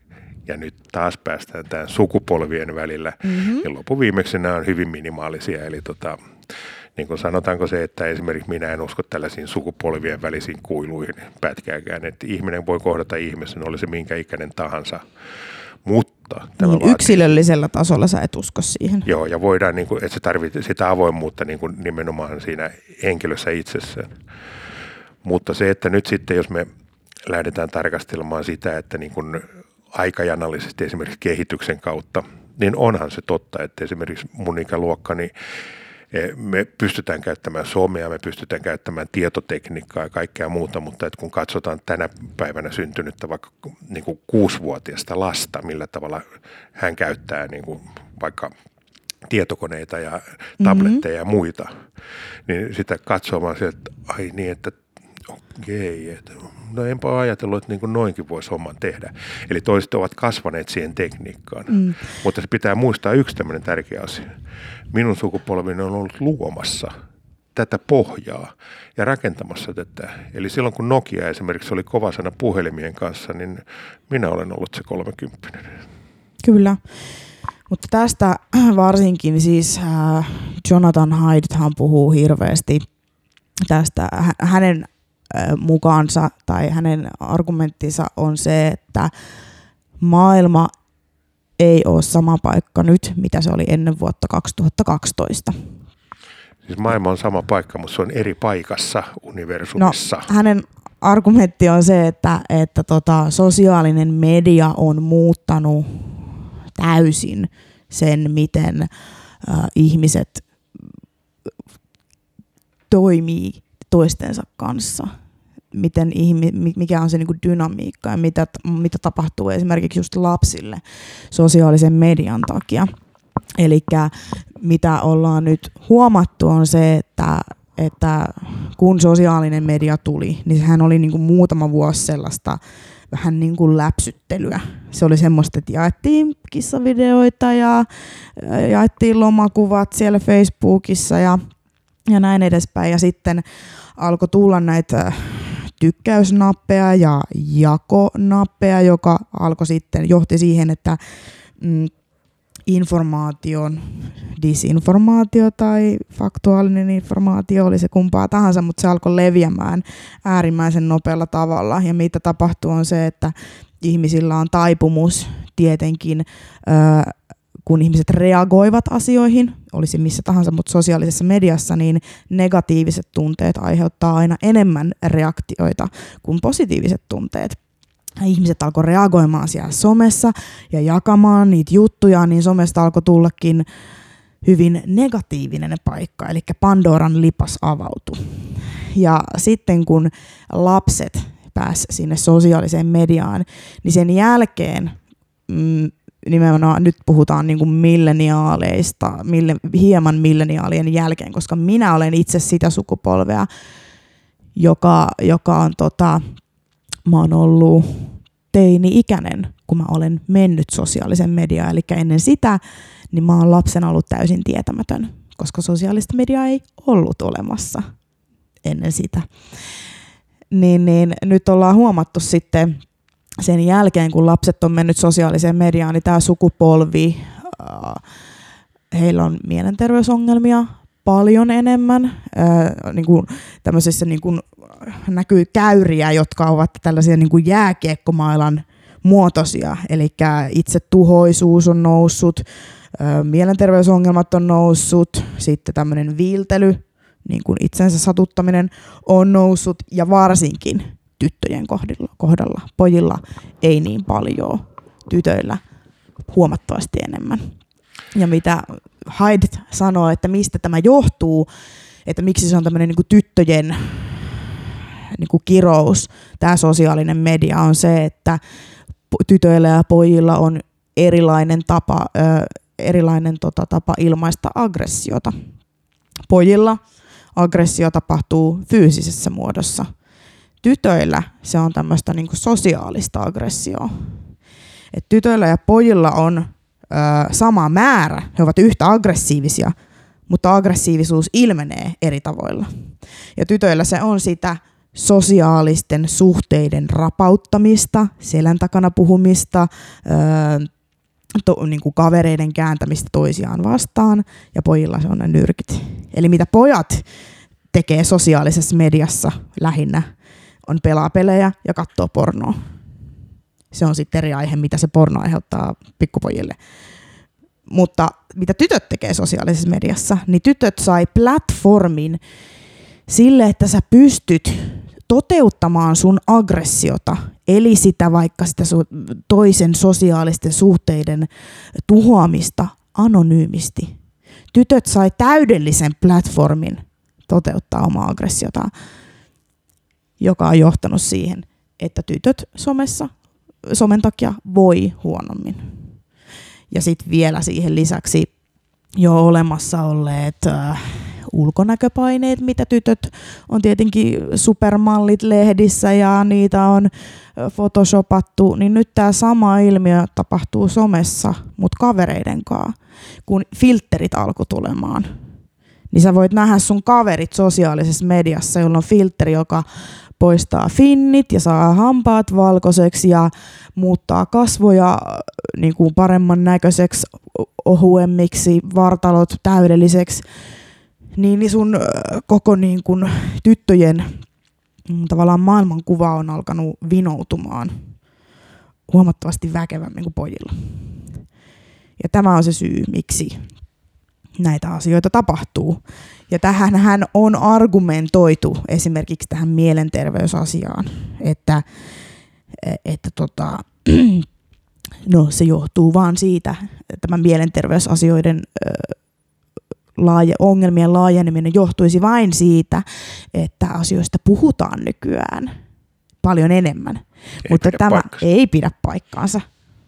ja nyt taas päästään tämän sukupolvien välillä. Ja loppuviimeksi nämä on hyvin minimaalisia, eli niin kuin sanotaanko se, että esimerkiksi minä en usko tällaisiin sukupolvien välisiin kuiluihin pätkääkään, että ihminen voi kohdata ihmisen, oli se minkä ikäinen tahansa, mutta niin yksilöllisellä tasolla sä et usko siihen. Joo, ja voidaan, niin kuin, että se tarvitsee sitä avoimuutta niin kuin nimenomaan siinä henkilössä itsessään. Mutta se, että nyt sitten, jos me lähdetään tarkastelemaan sitä, että niin kuin aikajanallisesti esimerkiksi kehityksen kautta, niin onhan se totta, että esimerkiksi mun ikäluokkani me pystytään käyttämään somea, me pystytään käyttämään tietotekniikkaa ja kaikkea muuta, mutta että kun katsotaan tänä päivänä syntynyttä vaikka niin kuin 6-vuotiaista lasta, millä tavalla hän käyttää niin kuin vaikka tietokoneita ja tabletteja ja muita, niin sitä katsomaan sieltä, että ai niin, että okei, no enpä ajatellut, että niin kuin noinkin voisi homman tehdä. Eli toiset ovat kasvaneet siihen tekniikkaan. Mutta se pitää muistaa yksi tämmöinen tärkeä asia. Minun sukupolvini on ollut luomassa tätä pohjaa ja rakentamassa tätä. Eli silloin kun Nokia esimerkiksi oli kovasana puhelimien kanssa, niin minä olen ollut se 30. Kyllä. Mutta tästä varsinkin siis Jonathan Haidthan puhuu hirveästi tästä hänen mukaansa tai hänen argumenttinsa on se, että maailma ei ole sama paikka nyt, mitä se oli ennen vuotta 2012. Siis maailma on sama paikka, mutta se on eri paikassa universumissa. No, hänen argumentti on se, että sosiaalinen media on muuttanut täysin sen, miten ihmiset toimii toistensa kanssa, mikä on se niinku dynamiikka ja mitä tapahtuu esimerkiksi just lapsille sosiaalisen median takia. Eli mitä ollaan nyt huomattu on se, että kun sosiaalinen media tuli, niin sehän oli niinku muutama vuosi sellaista vähän niin kuin läpsyttelyä. Se oli semmoista, että jaettiin kissavideoita ja jaettiin lomakuvat siellä Facebookissa ja näin edespäin. Ja sitten alkoi tulla näitä tykkäysnappeja ja jakonappeja, joka johti siihen, että informaation, disinformaatio tai faktuaalinen informaatio, oli se kumpaa tahansa, mutta se alkoi leviämään äärimmäisen nopealla tavalla. Ja mitä tapahtuu on se, että ihmisillä on taipumus tietenkin, kun ihmiset reagoivat asioihin, olisi missä tahansa, mutta sosiaalisessa mediassa, niin negatiiviset tunteet aiheuttaa aina enemmän reaktioita kuin positiiviset tunteet. Ihmiset alkoi reagoimaan siellä somessa ja jakamaan niitä juttuja, niin somesta alkoi tullakin hyvin negatiivinen paikka, eli Pandoran lipas avautui. Ja sitten kun lapset pääsivät sinne sosiaaliseen mediaan, niin sen jälkeen nimenomaan nyt puhutaan niin kuin milleniaaleista, hieman milleniaalien jälkeen, koska minä olen itse sitä sukupolvea, joka on mä oon ollut teini-ikäinen, kun mä olen mennyt sosiaalisen mediaan. Eli ennen sitä, niin mä oon lapsena ollut täysin tietämätön, koska sosiaalista mediaa ei ollut olemassa ennen sitä. Niin nyt ollaan huomattu sitten sen jälkeen, kun lapset on mennyt sosiaaliseen mediaan, niin tämä sukupolvi, heillä on mielenterveysongelmia paljon enemmän. Niin kuin tämmöisissä niin kuin näkyy käyriä, jotka ovat tällaisia niin kuin jääkiekkomailan muotoisia, eli itsetuhoisuus on noussut, mielenterveysongelmat on noussut, sitten tämmöinen viiltely, niin kuin itsensä satuttaminen on noussut, ja varsinkin tyttöjen kohdalla, pojilla ei niin paljon, tytöillä huomattavasti enemmän. Ja mitä Haidt sanoo, että mistä tämä johtuu, että miksi se on tämmöinen niin kuin tyttöjen niin kuin kirous, tämä sosiaalinen media, on se, että tytöillä ja pojilla on erilainen tapa ilmaista aggressiota. Pojilla aggressio tapahtuu fyysisessä muodossa. Tytöillä se on tämmöistä niin kuin sosiaalista aggressioa. Et tytöillä ja pojilla on sama määrä, he ovat yhtä aggressiivisia, mutta aggressiivisuus ilmenee eri tavoilla. Ja tytöillä se on sitä sosiaalisten suhteiden rapauttamista, selän takana puhumista, niin kuin kavereiden kääntämistä toisiaan vastaan, ja pojilla se on ne nyrkit. Eli mitä pojat tekee sosiaalisessa mediassa lähinnä, on pelaa pelejä ja katsoo pornoa. Se on sitten eri aihe, mitä se porno aiheuttaa pikkupojille. Mutta mitä tytöt tekee sosiaalisessa mediassa, niin tytöt sai platformin sille, että sä pystyt toteuttamaan sun aggressiota, eli sitä vaikka sitä toisen sosiaalisten suhteiden tuhoamista anonyymisti. Tytöt sai täydellisen platformin toteuttaa omaa aggressiotaan, joka on johtanut siihen, että tytöt somen takia voi huonommin. Ja sitten vielä siihen lisäksi jo olemassa olleet ulkonäköpaineet, mitä tytöt on tietenkin supermallit lehdissä ja niitä on photoshopattu, niin nyt tämä sama ilmiö tapahtuu somessa, mutta kavereiden kanssa, kun filterit alkoi tulemaan. Niin sä voit nähdä sun kaverit sosiaalisessa mediassa, jolla on filteri, joka poistaa finnit ja saa hampaat valkoiseksi ja muuttaa kasvoja niin kuin paremman näköiseksi, ohuemmiksi, vartalot täydelliseksi. Niin sun koko niin kuin tyttöjen tavallaan maailmankuva on alkanut vinoutumaan huomattavasti väkevämmin kuin pojilla. Ja tämä on se syy, miksi näitä asioita tapahtuu. Ja tähänhän on argumentoitu esimerkiksi tähän mielenterveysasiaan, että no, se johtuu vaan siitä, että tämän mielenterveysasioiden ongelmien laajeneminen johtuisi vain siitä, että asioista puhutaan nykyään paljon enemmän. Mutta tämä ei pidä paikkaansa,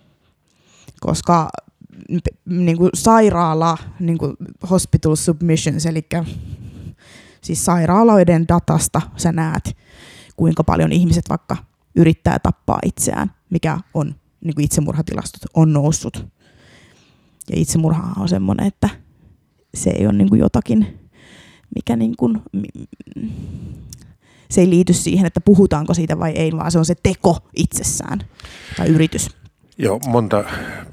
koska niin kuin sairaala, niin kuin hospital submissions, eli siis sairaaloiden datasta sä näet, kuinka paljon ihmiset vaikka yrittää tappaa itseään, mikä on, niin kuin itsemurhatilastot on noussut. Ja itsemurha on semmoinen, että se ei ole niin kuin jotakin, mikä niin kuin, se ei liity siihen, että puhutaanko siitä vai ei, vaan se on se teko itsessään tai yritys. Joo, monta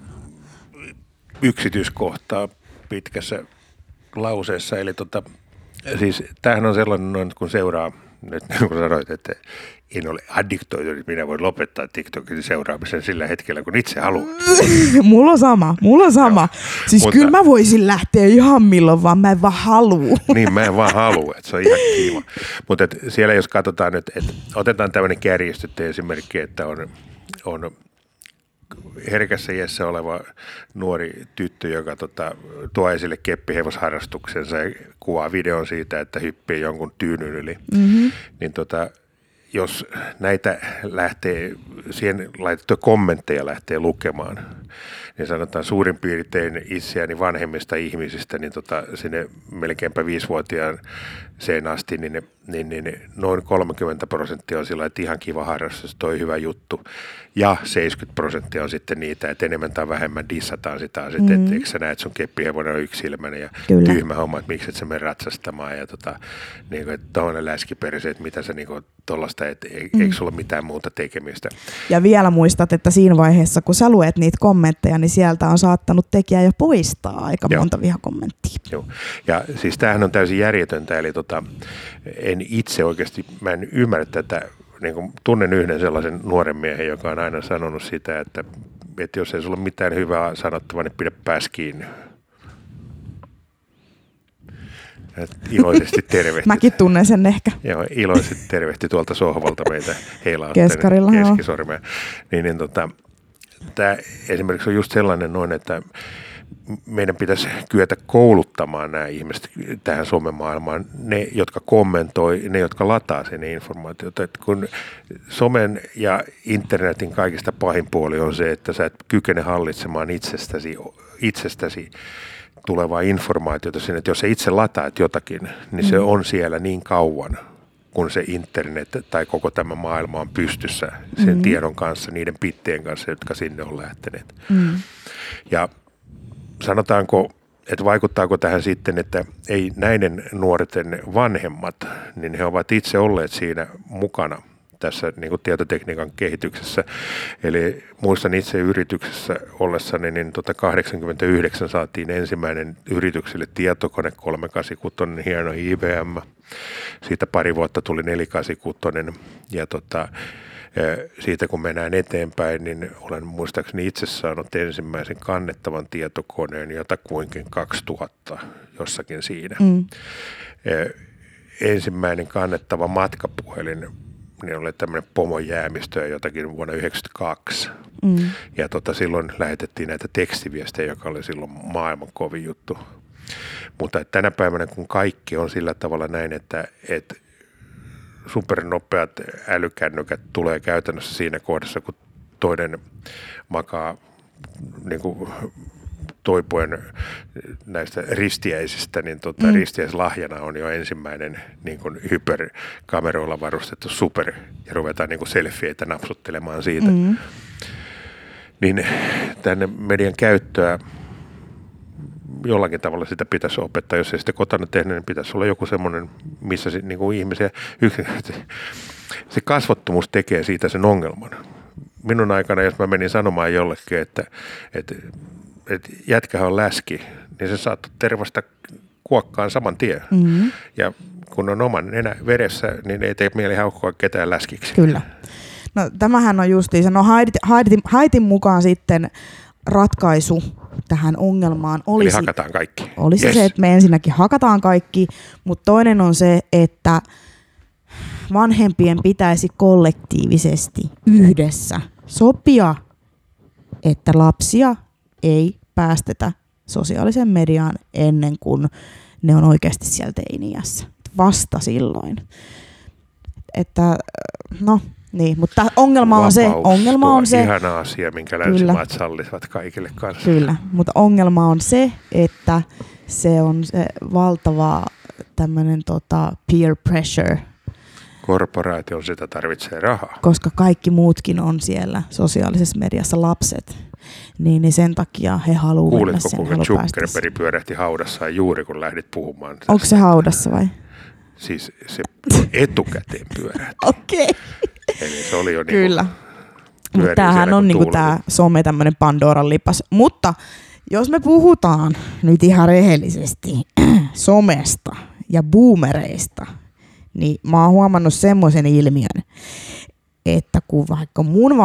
yksityiskohtaa pitkässä lauseessa. Eli siis tämähän on sellainen, kun seuraa, nyt kun sanoit, että en ole addiktoitunut, että minä voin lopettaa TikTokin seuraamisen sillä hetkellä, kun itse haluan. Mulla on sama. No, siis mutta kyllä mä voisin lähteä ihan milloin, vaan mä en vaan halua. Niin, mä en vaan halua, että se on ihan kiva. Mutta siellä jos katsotaan nyt, että otetaan tämmöinen kärjistetty esimerkki, että on herkässä iässä oleva nuori tyttö, joka tuo esille keppihevosharrastuksensa ja kuvaa videon siitä, että hyppii jonkun tyynyn yli, niin jos näitä lähtee, siihen laitettuja kommentteja lähtee lukemaan, niin sanotaan suurin piirtein itseäni vanhemmista ihmisistä, niin sinne melkeinpä 5-vuotiaan sen asti, niin noin 30% on sillä, että ihan kiva harrastus, toi hyvä juttu. Ja 70% on sitten niitä, että enemmän tai vähemmän dissataan sitä, että eikö sä näe, että sun keppihevonen on yksilmäinen ja kyllä, tyhmä homma, että miksi et sä mene ratsastamaan ja niin että toinen läskiperse, että mitä sä niin tuollaista, että eikö sulla mitään muuta tekemistä. Ja vielä muistat, että siinä vaiheessa, kun sä luet niitä kommentteja, niin sieltä on saattanut tekijä jo poistaa aika monta vihakommenttia. Joo, ja siis tämähän on täysin järjetöntä, eli en itse oikeasti, mä en ymmärrä tätä, niin kuin tunnen yhden sellaisen nuoren miehen, joka on aina sanonut sitä, että jos ei sulla ole mitään hyvää sanottavaa, niin pidä pääsi kiinni. Iloisesti tervehti. Mäkin tunnen sen ehkä. Joo, iloisesti tervehti tuolta sohvalta meitä Keskarilla, keskisormea. Tämä esimerkiksi on just sellainen noin, että meidän pitäisi kyetä kouluttamaan nämä ihmiset tähän somemaailmaan, ne, jotka kommentoi, ne, jotka lataa sen informaatiota. Että kun somen ja internetin kaikista pahin puoli on se, että sä et kykene hallitsemaan itsestäsi tulevaa informaatiota sinne, että jos sä itse lataat jotakin, niin se on siellä niin kauan, kun se internet tai koko tämä maailma on pystyssä sen tiedon kanssa, niiden bittien kanssa, jotka sinne on lähteneet. Ja sanotaanko, että vaikuttaako tähän sitten, että ei näiden nuorten vanhemmat, niin he ovat itse olleet siinä mukana tässä niin kuin tietotekniikan kehityksessä. Eli muistan itse yrityksessä ollessani, niin 89 saatiin ensimmäinen yritykselle tietokone 386, hieno IBM. Siitä pari vuotta tuli 486 ja siitä kun mennään eteenpäin, niin olen muistaakseni itse saanut ensimmäisen kannettavan tietokoneen jotakuinkin 2000 jossakin siinä. Ensimmäinen kannettava matkapuhelin niin oli tämmöinen pomojäämistö jotakin vuonna 1992. Ja silloin lähetettiin näitä tekstiviestejä, joka oli silloin maailman kovin juttu. Mutta tänä päivänä, kun kaikki on sillä tavalla näin, että supernopeat älykännykät tulee käytännössä siinä kohdassa, kun toinen makaa niin kuin toipuen näistä ristiäisistä, niin ristiäislahjana on jo ensimmäinen niin kuin hyperkameroilla varustettu super, ja ruvetaan niin kuin selfieitä napsuttelemaan siitä. Niin tänne median käyttöä jollakin tavalla sitä pitäisi opettaa. Jos ei sitä kotona tehdä, niin pitäisi olla joku semmoinen, missä niin kuin ihmisiä se kasvottomuus tekee siitä sen ongelman. Minun aikana, jos mä menin sanomaan jollekin, että jätkähän on läski, niin se saattoi tervasta kuokkaan saman tien. Ja kun on oman nenä veressä, niin ei tee mieli haukkoa ketään läskiksi. Kyllä. No tämähän on justiinsa, Haitin mukaan sitten ratkaisu tähän ongelmaan olisi, eli hakataan kaikki. Olisi se, että me ensinnäkin hakataan kaikki, mutta toinen on se, että vanhempien pitäisi kollektiivisesti yhdessä sopia, että lapsia ei päästetä sosiaaliseen mediaan ennen kuin ne on oikeasti siellä teini-iässä. Vasta silloin. Että, no niin, mutta ongelma on se. Ihana asia, minkä länsimaat sallisivat kaikille kanssa. Kyllä, mutta ongelma on se, että se on se valtava tämmöinen peer pressure. Korporaatio sitä tarvitsee rahaa. Koska kaikki muutkin on siellä sosiaalisessa mediassa lapset. Niin sen takia he haluavat mennä sen. Kuulitko, kuinka Zuckerberg pyörähti haudassaan juuri kun lähdit puhumaan? Onko se haudassa vai? Siis se etukäteen pyörähti. Okei. Eli se oli jo kyllä. Mutta tämähän on niinku tämä some tämmöinen Pandoran lipas. Mutta jos me puhutaan nyt ihan rehellisesti somesta ja boomereista, niin mä oon huomannut semmoisen ilmiön, että kun vaikka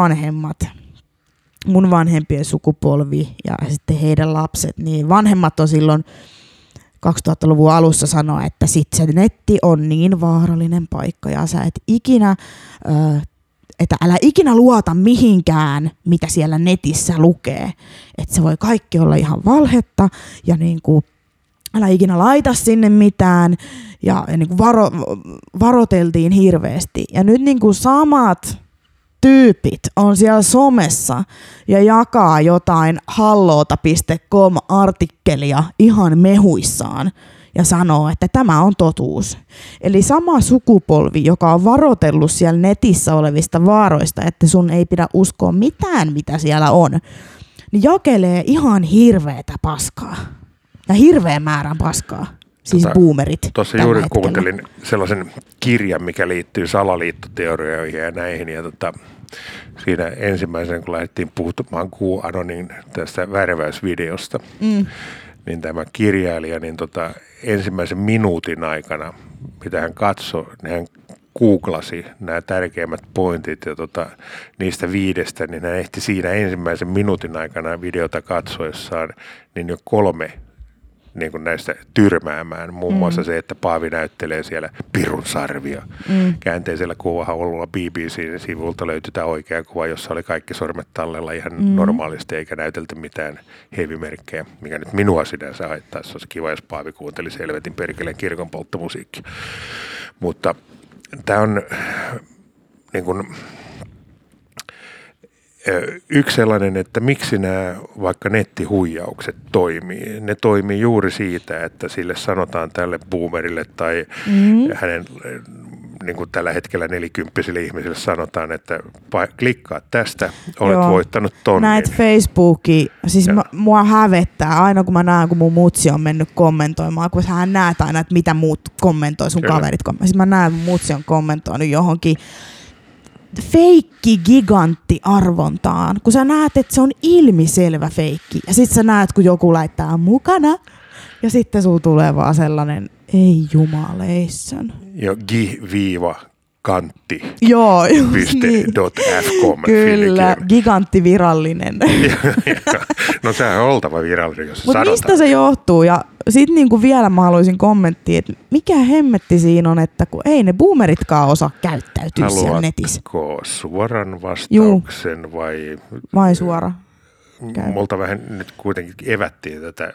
mun vanhempien sukupolvi ja sitten heidän lapset, niin vanhemmat on silloin 2000-luvun alussa sanoa, että sit se netti on niin vaarallinen paikka ja sä et ikinä, että älä ikinä luota mihinkään, mitä siellä netissä lukee. Että se voi kaikki olla ihan valhetta ja niin kuin, älä ikinä laita sinne mitään ja niin kuin varoteltiin hirveästi. Ja nyt niin kuin samat tyypit on siellä somessa ja jakaa jotain halloota.com-artikkelia ihan mehuissaan ja sanoo, että tämä on totuus. Eli sama sukupolvi, joka on varoitellut siellä netissä olevista vaaroista, että sun ei pidä uskoa mitään, mitä siellä on, niin jakelee ihan hirveätä paskaa. Ja hirveän määrän paskaa. Siis boomerit. Tuossa juuri kuuntelin sellaisen kirjan, mikä liittyy salaliittoteorioihin ja näihin. Ja siinä ensimmäisenä, kun lähdettiin puhumaan QAnonin tästä värväysvideosta, niin tämä kirjailija niin ensimmäisen minuutin aikana, mitä hän katsoi, niin hän googlasi nämä tärkeimmät pointit ja niistä 5, niin hän ehti siinä ensimmäisen minuutin aikana videota katsoessaan niin jo 3 niin kuin näistä tyrmäämään. Muun muassa se, että Paavi näyttelee siellä pirun sarvia. Käänteisellä kuvahan ollut BBC-sivulta löytyi tämä oikea kuva, jossa oli kaikki sormet tallella ihan normaalisti, eikä näytelty mitään heavy-merkkejä, mikä nyt minua sinänsä haittaisi. Se olisi kiva, jos Paavi kuuntelisi helvetin perkeleen kirkon polttomusiikkia. Mutta tämä on niin kuin yksi sellainen, että miksi nämä vaikka nettihuijaukset toimii. Ne toimii juuri siitä, että sille sanotaan tälle boomerille tai hänen niin kuin tällä hetkellä 40 ihmisille sanotaan, että klikkaa tästä, olet voittanut tonnin. Näet Facebookia, siis mua hävettää aina kun mä näen, kun mun mutsi on mennyt kommentoimaan, kun hän näet aina, että mitä muut kommentoi, sun kaverit kommentoi. Siis mä näen, että mun mutsi on kommentoinut johonkin feikki gigantti arvontaan, kun sä näet, että se on ilmiselvä feikki. Ja sit sä näet, kun joku laittaa mukana, ja sitten sulla tulee vaan sellainen, ei jumaleisson. Ja gi-kantti. Joo, .fcom. Kyllä, gigantti virallinen. No sehän on oltava virallinen, jos sanotaan. Mutta mistä se johtuu? Ja sitten niinku vielä mä haluaisin kommenttia, että mikä hemmetti siinä on, että kun ei ne boomeritkaan osaa käyttäytyä siellä netissä. Haluatko suoran vastauksen vai suora? Multa vähän nyt kuitenkin evättiin tätä.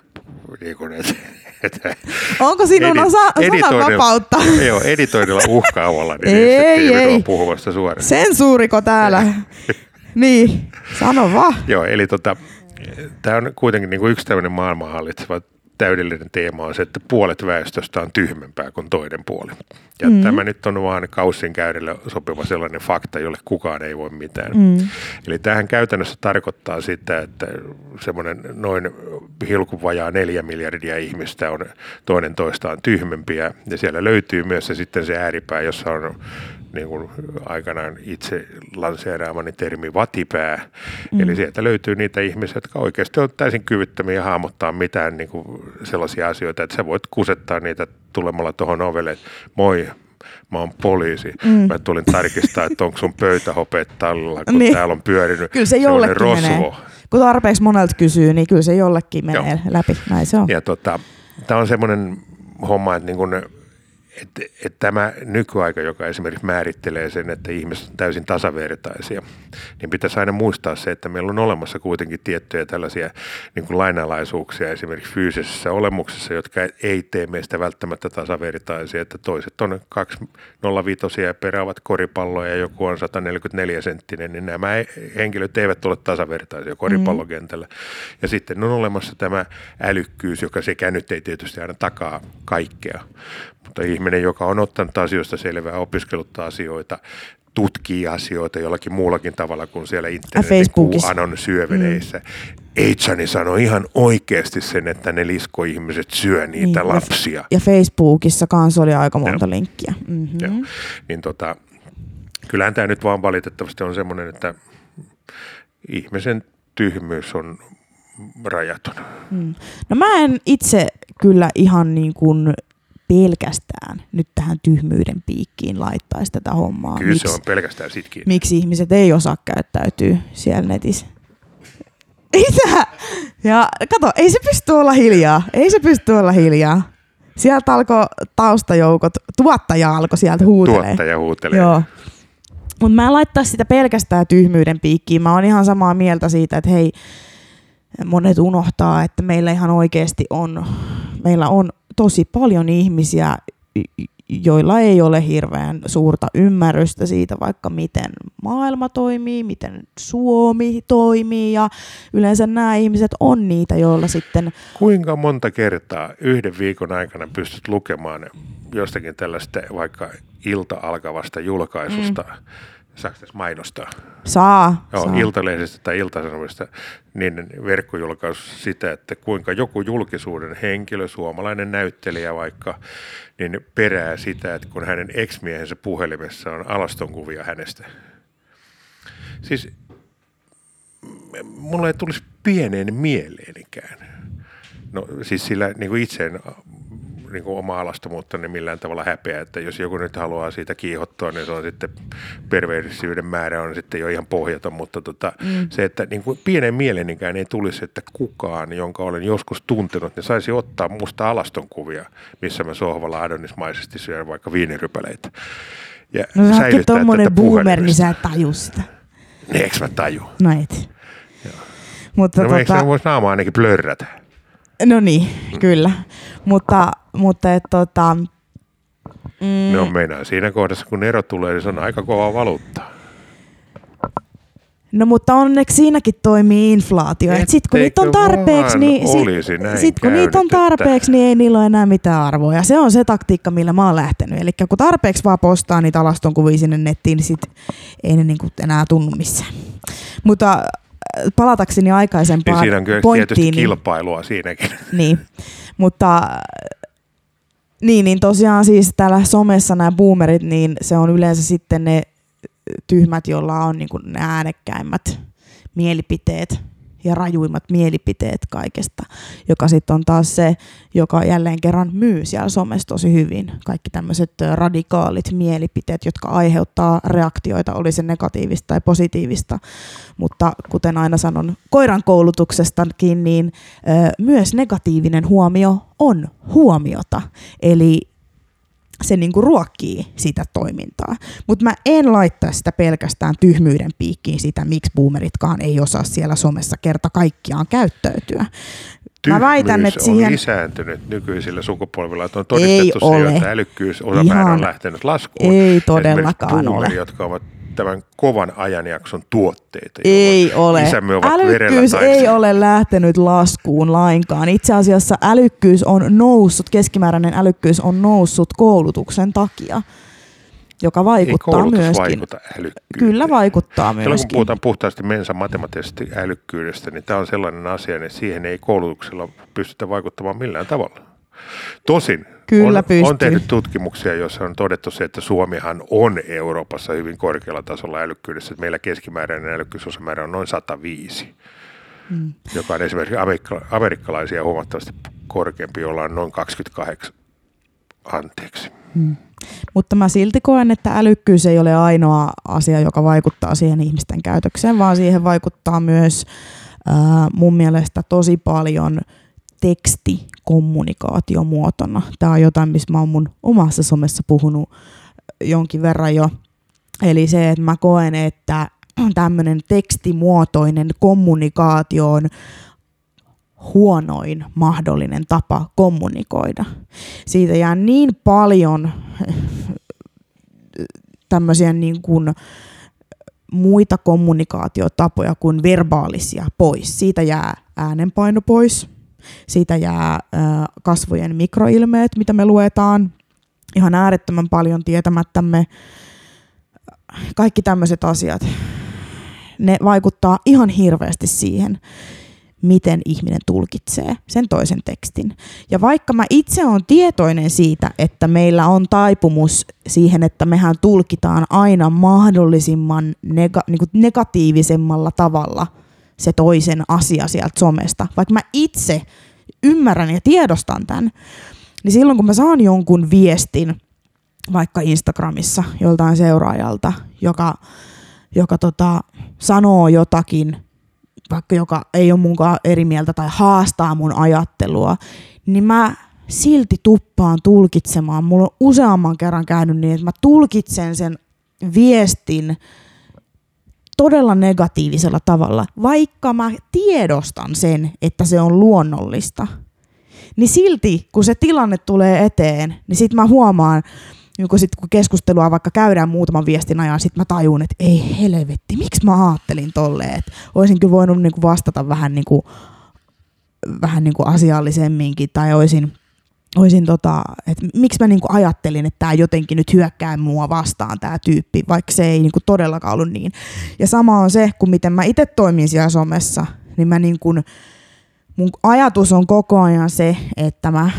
Onko sinun sananvapautta? Joo, editoinnilla uhkaavalla, niin ei puhuvasta suoraan. Sensuuriko täällä? Niin, sano vaan. Joo, eli tämä on kuitenkin niin kuin yksi tämmöinen maailmanhallitseva täydellinen teema on se, että puolet väestöstä on tyhmempää kuin toinen puoli. Ja tämä nyt on vaan kaussin käydelle sopiva sellainen fakta, jolle kukaan ei voi mitään. Eli tämähän käytännössä tarkoittaa sitä, että semmoinen noin hilkun vajaa 4 miljardia ihmistä on toinen toistaan tyhmempiä. Ja siellä löytyy myös se ääripää, jossa on niin kuin aikanaan itse lanseeraamani termi vatipää. Eli sieltä löytyy niitä ihmisiä, jotka oikeasti on täysin kyvyttömiä hahmottaa mitään niin kuin sellaisia asioita, että sä voit kusettaa niitä tulemalla tuohon ovelle, että moi, mä oon poliisi. Mä tulin tarkistaa, että onko sun pöytähopeet tallella, kun täällä on pyörinyt kyllä se jollekin menee. Kun tarpeeksi monelta kysyy, niin kyllä se jollekin menee läpi. Näin se on. Ja tämä on semmoinen homma, että niin kun että tämä nykyaika, joka esimerkiksi määrittelee sen, että ihmiset on täysin tasavertaisia, niin pitäisi aina muistaa se, että meillä on olemassa kuitenkin tiettyjä tällaisia niin kuin lainalaisuuksia esimerkiksi fyysisessä olemuksessa, jotka ei tee meistä välttämättä tasavertaisia, että toiset on 205 ja peräävät koripalloja ja joku on 144 senttinen, niin nämä henkilöt eivät ole tasavertaisia koripallokentällä. Ja sitten on olemassa tämä älykkyys, joka sekä nyt ei tietysti aina takaa kaikkea, mutta ihminen, joka on ottanut asioista selvää, opiskellut asioita, tutkii asioita jollakin muullakin tavalla kuin siellä internetin QAnon syöveleissä. Eichani sanoi ihan oikeasti sen, että ne liskoihmiset syö niitä lapsia. Ja Facebookissa kanssa oli aika monta linkkiä. Joo. Niin kyllähän tämä nyt vaan valitettavasti on semmoinen, että ihmisen tyhmyys on rajaton. No mä en itse kyllä ihan niin kuin pelkästään nyt tähän tyhmyyden piikkiin laittaisi tätä hommaa. Kyllä se on pelkästään sitkin. Miksi ihmiset ei osaa käyttäytyä siellä netissä? Mitä? Ja kato, ei se pysty olla hiljaa. Sieltä alkoi taustajoukot, tuottaja alkoi sieltä huutelee. Tuottaja huutelee. Joo. Mutta mä en laittaisi sitä pelkästään tyhmyyden piikkiin. Mä oon ihan samaa mieltä siitä, että hei, monet unohtaa, että meillä ihan oikeasti meillä on tosi paljon ihmisiä, joilla ei ole hirveän suurta ymmärrystä siitä, vaikka miten maailma toimii, miten Suomi toimii, ja yleensä nämä ihmiset on niitä, joilla sitten... Kuinka monta kertaa yhden viikon aikana pystyt lukemaan jostakin tällaista vaikka ilta-alkavasta julkaisusta, saako tässä mainostaa? Saa. Iltalehdestä tai Ilta-Sanomista, niin verkkojulkaisu sitä, että kuinka joku julkisuuden henkilö, suomalainen näyttelijä vaikka, niin perää sitä, että kun hänen ex-miehensä puhelimessa on alastonkuvia hänestä. Siis mulla ei tulisi pieneen mieleenikään. No siis sillä niin kuin itse en niin kuin oma alastomuutta niin millään tavalla häpeä, että jos joku nyt haluaa siitä kiihottua, niin se on sitten perversiivyyden määrä on sitten jo ihan pohjaton, mutta se, että niin kuin pienen mielenikään ei tulisi, että kukaan, jonka olen joskus tuntenut, niin saisi ottaa musta alastonkuvia, missä mä sohvalla adonismaisesti syön vaikka viinirypäleitä. Ja no sä ootkin tommonen boomer, niin sä et taju sitä. Eikö mä taju? No et. Joo. Mutta no eikö se voisi naamaa ainakin blörrätä? No niin, kyllä. Mutta No meinaa siinä kohdassa, kun ero tulee, niin se on aika kova valuutta. No mutta onneksi siinäkin toimii inflaatio. Sitten kun niitä on tarpeeksi, niin ei niillä ole enää mitään arvoa. Ja se on se taktiikka, millä mä oon lähtenyt. Eli kun tarpeeksi vaan postaa niitä alastonkuvia sinne nettiin, niin sit ei ne niinku enää tunnu missään. Mutta palatakseni aikaisempaan niin siinä on kyllä pointtiin. Tietysti kilpailua siinäkin. Niin, mutta niin tosiaan siis täällä somessa nämä boomerit, niin se on yleensä sitten ne tyhmät, joilla on niin kuin ne äänekkäimmät mielipiteet ja rajuimmat mielipiteet kaikesta, joka sitten on taas se, joka jälleen kerran myy siellä somessa tosi hyvin. Kaikki tämmöiset radikaalit mielipiteet, jotka aiheuttaa reaktioita, oli se negatiivista tai positiivista, mutta kuten aina sanon koiran koulutuksestakin, niin myös negatiivinen huomio on huomiota, eli se niinku ruokkii sitä toimintaa. Mutta mä en laittaa sitä pelkästään tyhmyyden piikkiin sitä, miksi boomeritkaan ei osaa siellä somessa kerta kaikkiaan käyttäytyä. Mä väitän, että siihen on lisääntynyt nykyisillä sukupolvilla, että on todistettu se, että älykkyys osamäärä on lähtenyt laskuun. Ei todellakaan ole. Jotka ovat tämän kovan ajanjakson tuotteita. Ei ole. Älykkyys ei ole lähtenyt laskuun lainkaan. Itse asiassa älykkyys on noussut, keskimääräinen älykkyys on noussut koulutuksen takia, joka vaikuttaa myöskin. Vaikuta älykkyyteen. Kyllä vaikuttaa myöskin. Silloin kun puhutaan puhtaasti mensa matemaattisesti älykkyydestä, niin tämä on sellainen asia, että siihen ei koulutuksella pystytä vaikuttamaan millään tavalla. Tosin on tehty tutkimuksia, joissa on todettu se, että Suomihan on Euroopassa hyvin korkealla tasolla älykkyydessä. Meillä keskimääräinen älykkyysosamäärä on noin 105, joka on esimerkiksi amerikkalaisia huomattavasti korkeampi, jolla on noin 28. Anteeksi. Mutta mä silti koen, että älykkyys ei ole ainoa asia, joka vaikuttaa siihen ihmisten käytökseen, vaan siihen vaikuttaa myös mun mielestä tosi paljon tekstikommunikaatiomuotona. Tämä on jotain, missä mä oon mun omassa somessa puhunut jonkin verran jo. Eli se, että mä koen, että tämmöinen tekstimuotoinen kommunikaatio on huonoin mahdollinen tapa kommunikoida. Siitä jää niin paljon tämmöisiä niin kuin muita kommunikaatiotapoja kuin verbaalisia pois. Siitä jää äänenpaino pois. Siitä jää kasvojen mikroilmeet, mitä me luetaan ihan äärettömän paljon tietämättämme. Kaikki tämmöiset asiat, ne vaikuttaa ihan hirveästi siihen, miten ihminen tulkitsee sen toisen tekstin. Ja vaikka mä itse olen tietoinen siitä, että meillä on taipumus siihen, että mehän tulkitaan aina mahdollisimman negatiivisemmalla tavalla se toisen asia sieltä somesta, vaikka mä itse ymmärrän ja tiedostan tämän, niin silloin kun mä saan jonkun viestin vaikka Instagramissa joltain seuraajalta, joka sanoo jotakin, vaikka joka ei ole munkaan eri mieltä tai haastaa mun ajattelua, niin mä silti tuppaan tulkitsemaan. Mulla on useamman kerran käynyt niin, että mä tulkitsen sen viestin todella negatiivisella tavalla, vaikka mä tiedostan sen, että se on luonnollista. Niin silti, kun se tilanne tulee eteen, niin sit mä huomaan, kun keskustelua vaikka käydään muutaman viestin ajan, sit mä tajun, että ei helvetti, miksi mä ajattelin tolleen, että olisin kyllä voinut niinku vastata vähän niinku asiallisemminkin, tai olisin että miksi mä niinku ajattelin, että tää jotenkin nyt hyökkää mua vastaan tää tyyppi, vaikka se ei niinku todellakaan ollut niin. Ja sama on se, kun miten mä itse toimin siellä somessa, niin mun ajatus on koko ajan se, että mä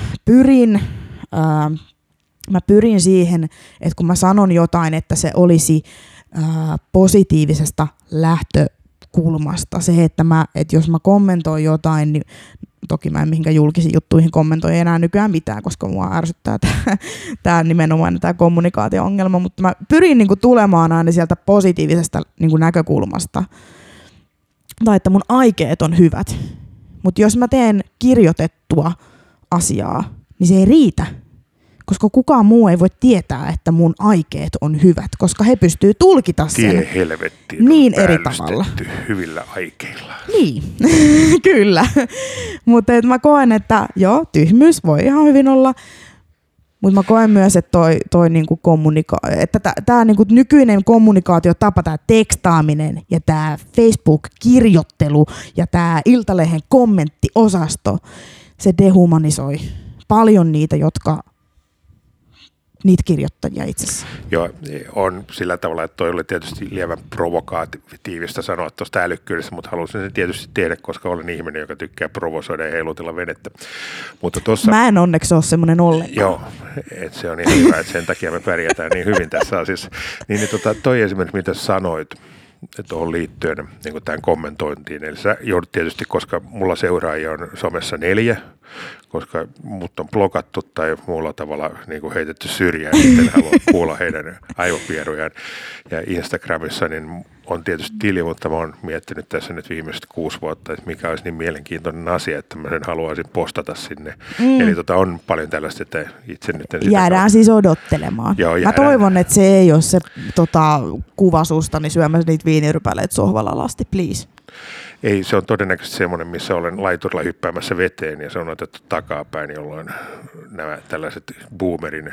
pyrin siihen, että kun mä sanon jotain, että se olisi positiivisesta lähtökulmasta. Se, että jos mä kommentoin jotain, niin toki mä en mihinkään julkisiin juttuihin kommentoi enää nykyään mitään, koska mua ärsyttää tämä nimenomaan tämä kommunikaatio-ongelma, mutta mä pyrin niinku tulemaan aina sieltä positiivisesta niinku näkökulmasta. Tai että mun aikeet on hyvät. Mutta jos mä teen kirjoitettua asiaa, niin se ei riitä. Koska kukaan muu ei voi tietää, että mun aikeet on hyvät, koska he pystyy tulkita sen niin eri tavalla. Hyvillä aikeilla. Niin, kyllä. Mutta mä koen, että joo, tyhmyys voi ihan hyvin olla Mutta mä koen myös, että toi niinku että tää niinku nykyinen kommunikaatiotapa, tää tekstaaminen ja tää Facebook-kirjoittelu ja tää Iltalehden kommenttiosasto, se dehumanisoi paljon niitä, niitä kirjoittajia itsessä. Joo, on sillä tavalla, että toi oli tietysti lievän provokatiivista sanoa tuosta älykkyydessä, mutta halusin sen tietysti tehdä, koska olen ihminen, joka tykkää provosoida ja heilutella venettä. Mutta mä en onneksi ole semmoinen ollenkaan. Joo, että se on ihan hyvä, että sen takia me pärjätään niin hyvin tässä asiassa. Niin toi esimerkiksi, mitä sanoit tuohon liittyen niin kuin tähän kommentointiin. Eli sä joudut tietysti, koska mulla seuraajia on somessa 4, koska mut on blokattu tai muulla tavalla niin kuin heitetty syrjään, en halua kuulla heidän aivopierujaan. Ja Instagramissa niin on tietysti tili, mutta mä oon miettinyt tässä nyt viimeiset 6 vuotta, että mikä olisi niin mielenkiintoinen asia, että mä sen haluaisin postata sinne. Eli on paljon tällaista, että itse nyt en sitä jäädään siis odottelemaan. Joo, mä toivon, että se ei ole se kuva sustani syömässä niitä viinirypäleitä sohvalla lasti, please. Ei, se on todennäköisesti semmoinen, missä olen laiturilla hyppäämässä veteen ja se on otettu takapäin, jolloin nämä tällaiset boomerin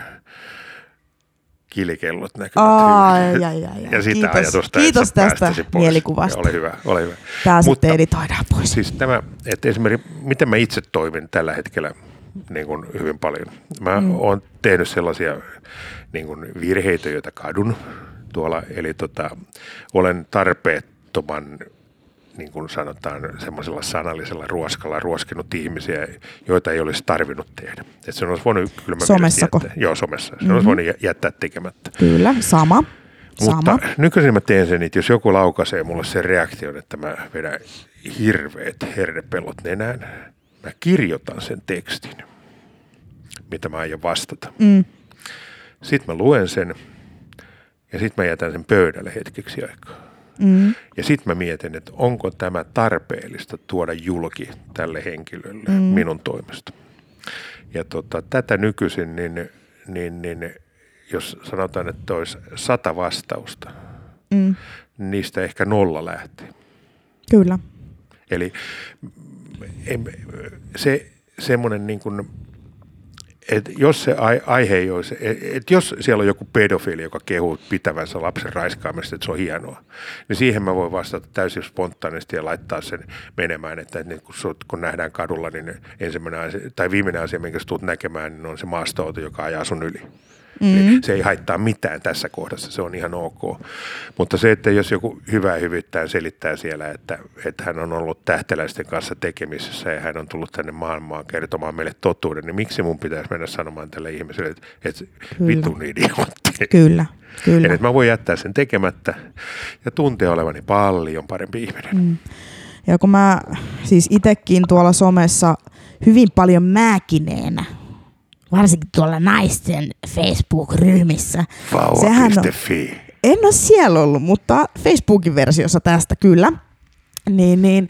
kilikellot näkyvät. Ja sitä ajatusta, kiitos tästä mielikuvasta. Ole hyvä. Tää sitten editoidaan pois. Siis tämä, että esimerkiksi miten mä itse toimin tällä hetkellä niin kuin hyvin paljon. Mä oon tehnyt sellaisia niin kuin virheitä, joita kadun tuolla, eli olen tarpeettoman, niin kuin sanotaan, semmoisella sanallisella ruoskalla ruoskinut ihmisiä, joita ei olisi tarvinnut tehdä. Että se olisi voinut kyllä somessako? Joo, somessa. Se olisi voinut jättää tekemättä. Kyllä, sama. Mutta nykyisin mä teen sen, että jos joku laukaisee mulle sen reaktion, että mä vedän hirveät hernepellot nenään, mä kirjoitan sen tekstin, mitä mä aion vastata. Sitten mä luen sen ja sitten mä jätän sen pöydälle hetkeksi aikaa. Ja sitten mä mietin, että onko tämä tarpeellista tuoda julki tälle henkilölle minun toimesta. Ja tätä nykyisin, niin jos sanotaan, että olisi 100 vastausta, niistä ehkä 0 lähtee. Kyllä. Eli se semmoinen niin kuin, että jos se aihe ei olisi, että jos siellä on joku pedofiili, joka kehuu pitävänsä lapsen raiskaamista, että se on hienoa, niin siihen mä voin vastata täysin spontaanisti ja laittaa sen menemään, että kun nähdään kadulla, niin ensimmäinen asia, tai viimeinen asia, minkä sä tulet näkemään, niin on se maastoauto, joka ajaa sun yli. Eli se ei haittaa mitään tässä kohdassa, se on ihan ok. Mutta se, että jos joku hyvää hyvyyttään selittää siellä, että hän on ollut tähteläisten kanssa tekemisissä ja hän on tullut tänne maailmaan kertomaan meille totuuden, niin miksi mun pitäisi mennä sanomaan tälle ihmiselle, että vitun idiootti. Kyllä. Eli että mä voin jättää sen tekemättä ja tuntea olevani paljon parempi ihminen. Ja kun mä siis itsekin tuolla somessa hyvin paljon mäkineenä, varsinkin tuolla naisten Facebook-ryhmissä. Vauva.fi. En ole siellä ollut, mutta Facebookin versiossa tästä kyllä. Niin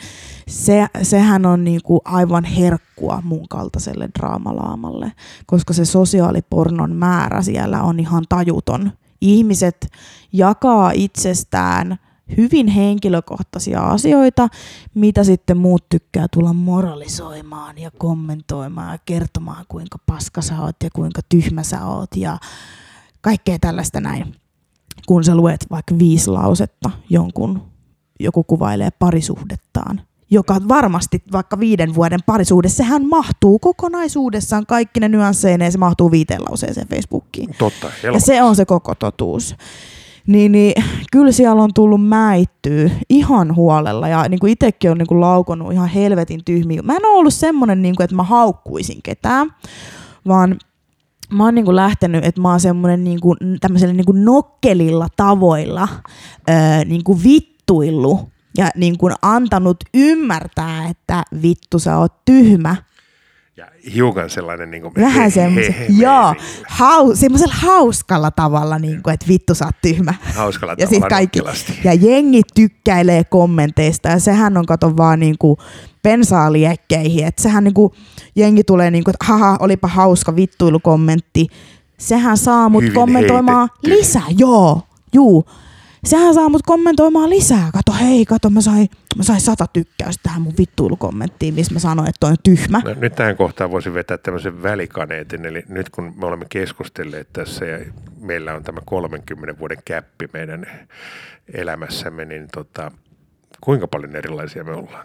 sehän on niinku aivan herkkua mun kaltaiselle draamalaamalle, koska se sosiaalipornon määrä siellä on ihan tajuton. Ihmiset jakaa itsestään hyvin henkilökohtaisia asioita, mitä sitten muut tykkää tulla moralisoimaan ja kommentoimaan ja kertomaan, kuinka paska sä oot ja kuinka tyhmä sä oot ja kaikkea tällaista näin. Kun sä luet vaikka 5 lausetta, joku kuvailee parisuhdettaan, joka varmasti vaikka 5 vuoden parisuhde, sehän mahtuu kokonaisuudessaan, kaikki ne nyansseineen, se mahtuu 5 lauseeseen Facebookiin. Totta, ja se on se koko totuus. Niin kyllä siellä on tullut mäittyä ihan huolella ja niin kuin itsekin on niin kuin laukonut ihan helvetin tyhmiä. Mä en ole ollut semmoinen, niin kuin, että mä haukkuisin ketään, vaan mä oon niin kuin lähtenyt, että mä oon semmoinen niin kuin, tämmöisellä niin kuin nokkelilla tavoilla niin kuin vittuillut ja niin kuin antanut ymmärtää, että vittu sä oot tyhmä. Ja hiukan sellainen niin kuin vähän semmoisen, joo, semmoisella hauskalla tavalla, niin kuin, että vittu sä oot tyhmä. Hauskalla ja tavalla kaikki, nokkelasti. ja jengi tykkäilee kommenteista ja sehän on kato vaan niin kuin pensaa liekkeihin, että sehän niin kuin, jengi tulee niin kuin, että haha, olipa hauska vittuilukommentti. Sehän saa mut hyvin kommentoimaan heitetty. lisää, juu. Sehän saa mut kommentoimaan lisää, kato hei, kato, mä sain 100 tykkäystä tähän mun vittuilukommenttiin, missä mä sanoin, että toi on tyhmä. No, nyt tähän kohtaan voisin vetää tämmöisen välikaneetin, eli nyt kun me olemme keskustelleet tässä ja meillä on tämä 30 vuoden käppi meidän elämässämme, niin kuinka paljon erilaisia me ollaan?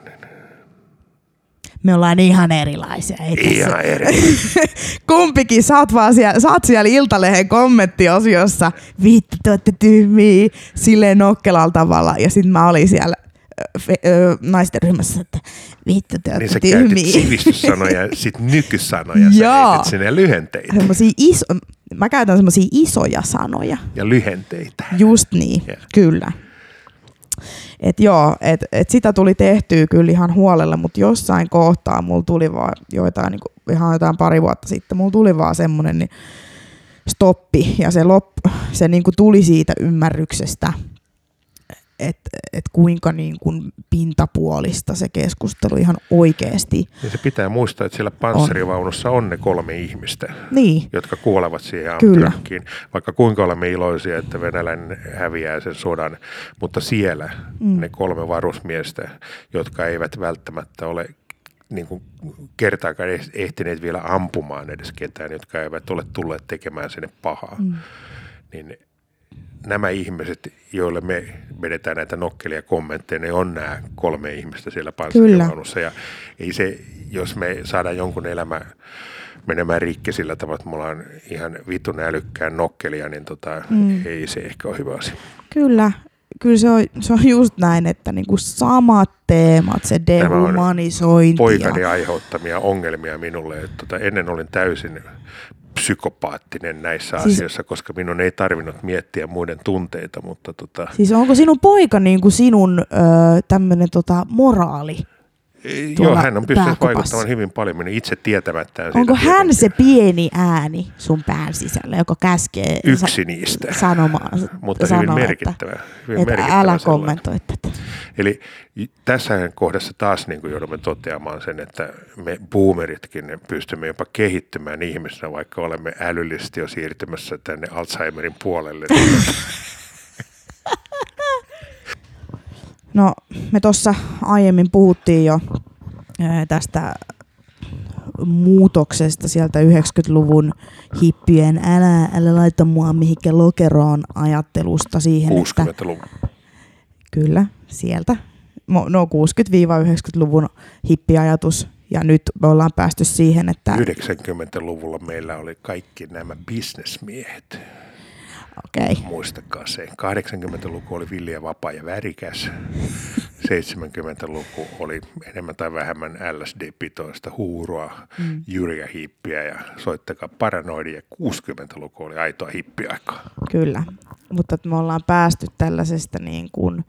Me ollaan ihan erilaisia. Ihan erilaisia. Kumpikin, sä oot siellä Iltalehden kommenttiosiossa, vittu, te ootte tyhmiä, silleen nokkelalla tavalla. Ja sit mä olin siellä naisten ryhmässä, että vittu, te ootte tyhmiä. Niin sä käytit sivistyssanoja ja sit nykysanoja, sä heitit sinne lyhenteitä. Mä käytän semmosia isoja sanoja. Ja lyhenteitä. Just niin, kyllä. Et sitä tuli tehtyä kyllä ihan huolella, mutta jossain kohtaa mulla tuli vaan jotain pari vuotta sitten, mulla tuli vaan semmoinen niin stoppi ja se niin kuin tuli siitä ymmärryksestä, että kuinka niin kuin pintapuolista se keskustelu ihan oikeasti ja se pitää muistaa, että siellä panssarivaunussa on ne 3 ihmistä, niin, jotka kuolevat siihen ampurakkiin. Vaikka kuinka olemme iloisia, että venäläinen häviää sen sodan, mutta siellä ne 3 varusmiestä, jotka eivät välttämättä ole niin kuin kertaakaan ehtineet vielä ampumaan edes ketään, jotka eivät ole tulleet tekemään sinne pahaa, niin nämä ihmiset, joille me vedetään näitä nokkelia kommentteja, ne on nämä 3 ihmistä siellä panssarivaunussa. Ja ei se, jos me saadaan jonkun elämä menemään rikki sillä tavalla, että me ollaan ihan vitun älykkään nokkelia, niin ei se ehkä ole hyvä asia. Kyllä se on just näin, että niinku samat teemat, se dehumanisointi. Poikani aiheuttamia ongelmia minulle. Että ennen olin täysin psykopaattinen näissä asioissa, koska minun ei tarvinnut miettiä muiden tunteita, mutta Siis onko sinun poika niinku sinun tämmönen moraali? Joo, hän on pystynyt vaikuttamaan hyvin paljon minun itse tietämättään. Onko hän se pieni ääni sun pään sisällä, joka käskee yksi niistä sanomaan, mutta hyvin merkittävä. Että älä kommentoi tätä. Eli tässä kohdassa taas niin kuin joudumme toteamaan sen, että me boomeritkin pystymme jopa kehittymään ihmisenä, vaikka olemme älyllisesti jo siirtymässä tänne Alzheimerin puolelle. No, me tuossa aiemmin puhuttiin jo tästä muutoksesta sieltä 90-luvun hippien älä laita mua mihinkään lokeroon ajattelusta siihen, 60-luvun. Kyllä, sieltä. No 60-90-luvun hippiajatus ja nyt me ollaan päästy siihen, että 90-luvulla meillä oli kaikki nämä bisnesmiehet. Okay. Muistakaa se. 80-luku oli villi ja vapaa ja värikäs. 70-luku oli enemmän tai vähemmän LSD-pitoista huuroa, jyrjähippiä ja soittakaa paranoidia. 60-luku oli aitoa hippiaikaa. Kyllä, mutta me ollaan päästy tällaisesta niin kuin,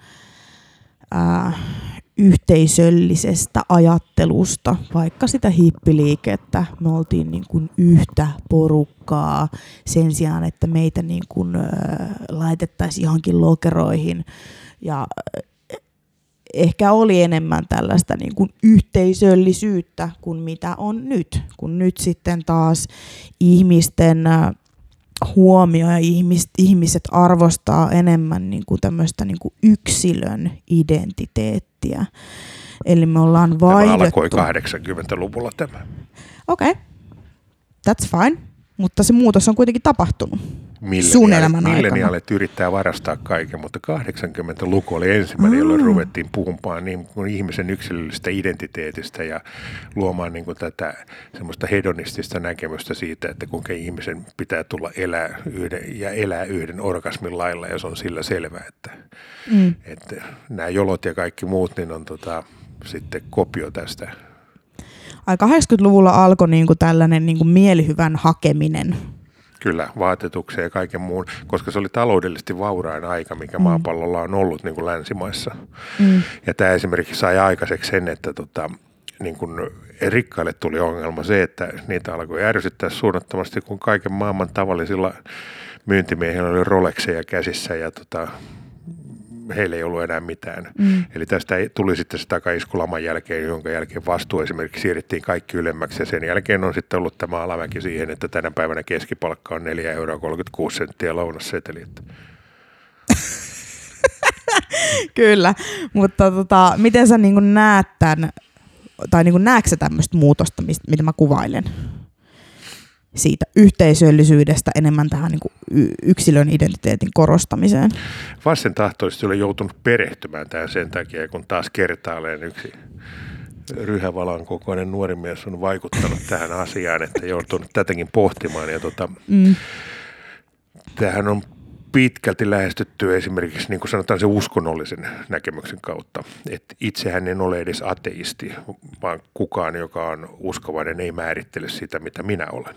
yhteisöllisestä ajattelusta, vaikka sitä hippiliikettä, me oltiin niin kuin yhtä porukkaa sen sijaan, että meitä niin kuin, laitettaisiin johonkin lokeroihin ja ehkä oli enemmän tällaista niin kuin yhteisöllisyyttä kuin mitä on nyt, kun nyt sitten taas ihmisten huomio ja ihmiset arvostaa enemmän niin kuin tämmöistä niin kuin yksilön identiteettiä. Eli me ollaan vaihdettu. Tämä alkoi 80-luvulla tämä. Okei, that's fine, mutta se muutos on kuitenkin tapahtunut sun elämän aikana. Milleniaalit yrittää varastaa kaiken, mutta 80-luku oli ensimmäinen, jolloin ruvettiin puhumaan niin kuin ihmisen yksilöllisestä identiteetistä ja luomaan niin kuin tätä semmoista hedonistista näkemystä siitä, että kuinka ihmisen pitää tulla elää yhden orgasmin lailla, ja se on sillä selvää, että nämä jolot ja kaikki muut niin on sitten kopio tästä. Ai 80-luvulla alkoi niinku tällainen niinku mielihyvän hakeminen. Kyllä, vaatetuksen ja kaiken muun, koska se oli taloudellisesti vaurain aika, mikä maapallolla on ollut niin kuin länsimaissa. Ja tämä esimerkiksi sai aikaiseksi sen, että niin kuin rikkaille tuli ongelma se, että niitä alkoi ärsyttää suunnattomasti, kun kaiken maailman tavallisilla myyntimiehillä oli Rolexeja käsissä ja heillä ei ollut enää mitään. Eli tästä tuli sitten se takaiskulaman jälkeen, jonka jälkeen vastuu esimerkiksi siirrettiin kaikki ylemmäksi. Ja sen jälkeen on sitten ollut tämä alamäki siihen, että tänä päivänä keskipalkka on 4,36 € lounasseteli. Kyllä, mutta miten sä niin kuin näet tämän, tai niin kuin näetkö sä tämmöistä muutosta, mitä mä kuvailen? Siitä yhteisöllisyydestä enemmän tähän niin kuin yksilön identiteetin korostamiseen. Vastentahtoisesti olen joutunut perehtymään tähän sen takia, kun taas kertaalleen yksi Ryhävalan kokoinen nuori mies on vaikuttanut tähän asiaan, että joutunut tätäkin pohtimaan. Ja tämähän on pitkälti lähestytty esimerkiksi, niin kuin sanotaan, se uskonnollisen näkemyksen kautta. Että itsehän en ole edes ateisti, vaan kukaan, joka on uskovainen, ei määrittele sitä, mitä minä olen.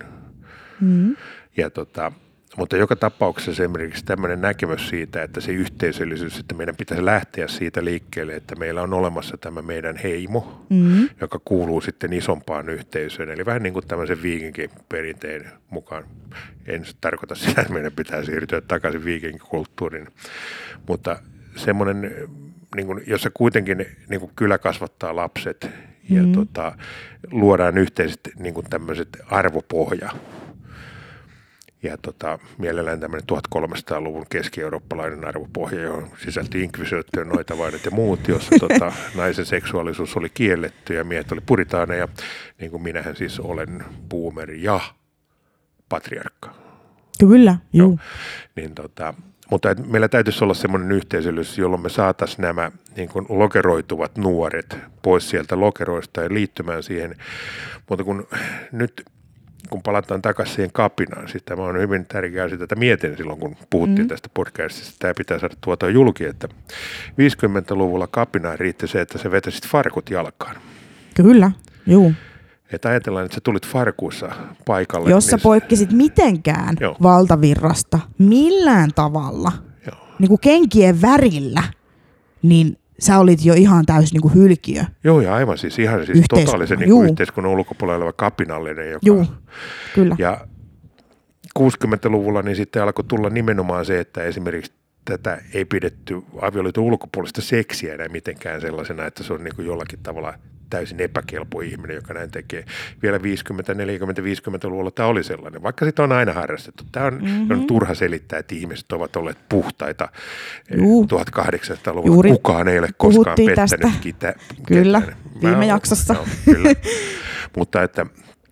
Ja mutta joka tapauksessa esimerkiksi tämmöinen näkemys siitä, että se yhteisöllisyys, että meidän pitäisi lähteä siitä liikkeelle, että meillä on olemassa tämä meidän heimo, joka kuuluu sitten isompaan yhteisöön. Eli vähän niin kuin tämmöisen viikinkin-perinteen mukaan. En tarkoita sitä, että meidän pitää siirtyä takaisin viikinkikulttuuriin, mutta semmoinen, niin kuin, jossa kuitenkin niin kuin kylä kasvattaa lapset ja luodaan yhteiset niin kuin tämmöiset arvopohja. Ja mielellään tämmöinen 1300-luvun keski-eurooppalainen arvopohja, johon sisälti inkvisioittuja, noitavainet ja muut, jossa naisen seksuaalisuus oli kielletty ja miehet oli puritaaneja, niin kuin minähän siis olen boomer ja patriarkka. Kyllä, joo. No, niin mutta meillä täytyisi olla semmoinen yhteisöllisyys, jolloin me saataisiin nämä niin kuin lokeroituvat nuoret pois sieltä lokeroista ja liittymään siihen, mutta kun palataan takaisin siihen kapinaan, siis tämä on hyvin tärkeä asia, että mietin silloin, kun puhuttiin tästä podcastista, tämä pitää saada tuotua julki, että 50-luvulla kapinaan riitti se, että sä vetäisit farkut jalkaan. Kyllä, juu. Että ajatellaan, että sä tulit farkuissa paikalle. Jos sä poikkesit mitenkään valtavirrasta, millään tavalla, niin kuin kenkien värillä, niin sä olit jo ihan täysin niin kuin hylkiö. Joo, ja aivan siis ihan siis totaalisen niin kuin yhteiskunnan ulkopuolella oleva kapinallinen. Joka, kyllä. Ja 60-luvulla niin sitten alkoi tulla nimenomaan se, että esimerkiksi tätä ei pidetty avioliiton ulkopuolista seksiä enää mitenkään sellaisena, että se on niin kuin jollakin tavalla täysin epäkelpo ihminen, joka näin tekee. Vielä 50, 40, 50-luvulla tämä oli sellainen, vaikka sitä on aina harrastettu. Tämä on turha selittää, että ihmiset ovat olleet puhtaita 1800-luvulla. Kukaan ei ole koskaan pettänyt ketään. Kyllä, viime jaksossa. No, kyllä. Mutta että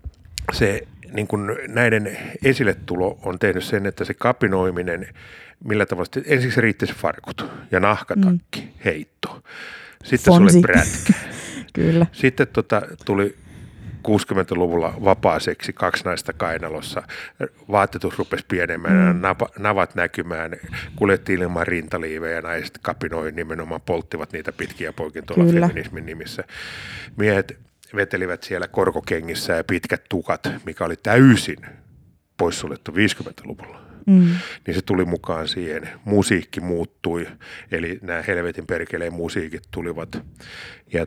se niin kuin näiden esilletulo on tehnyt sen, että se kapinoiminen, millä tavalla, ensiksi riitti se farkut ja nahkatakki, heitto. Sitten Fonsi. se oli prätkä. Kyllä. Sitten tuli 60-luvulla vapaaseksi 2 naista kainalossa. Vaatetus rupesi pienemään, navat näkymään, kuljettiin ilman rintaliivejä ja naiset kapinoi nimenomaan, polttivat niitä pitkiä poikin tuolla feminismin nimissä. Miehet vetelivät siellä korkokengissä ja pitkät tukat, mikä oli täysin poissuljettu 50-luvulla. Niin se tuli mukaan siihen. Musiikki muuttui, eli nämä helvetin perkeleen musiikit tulivat. Ja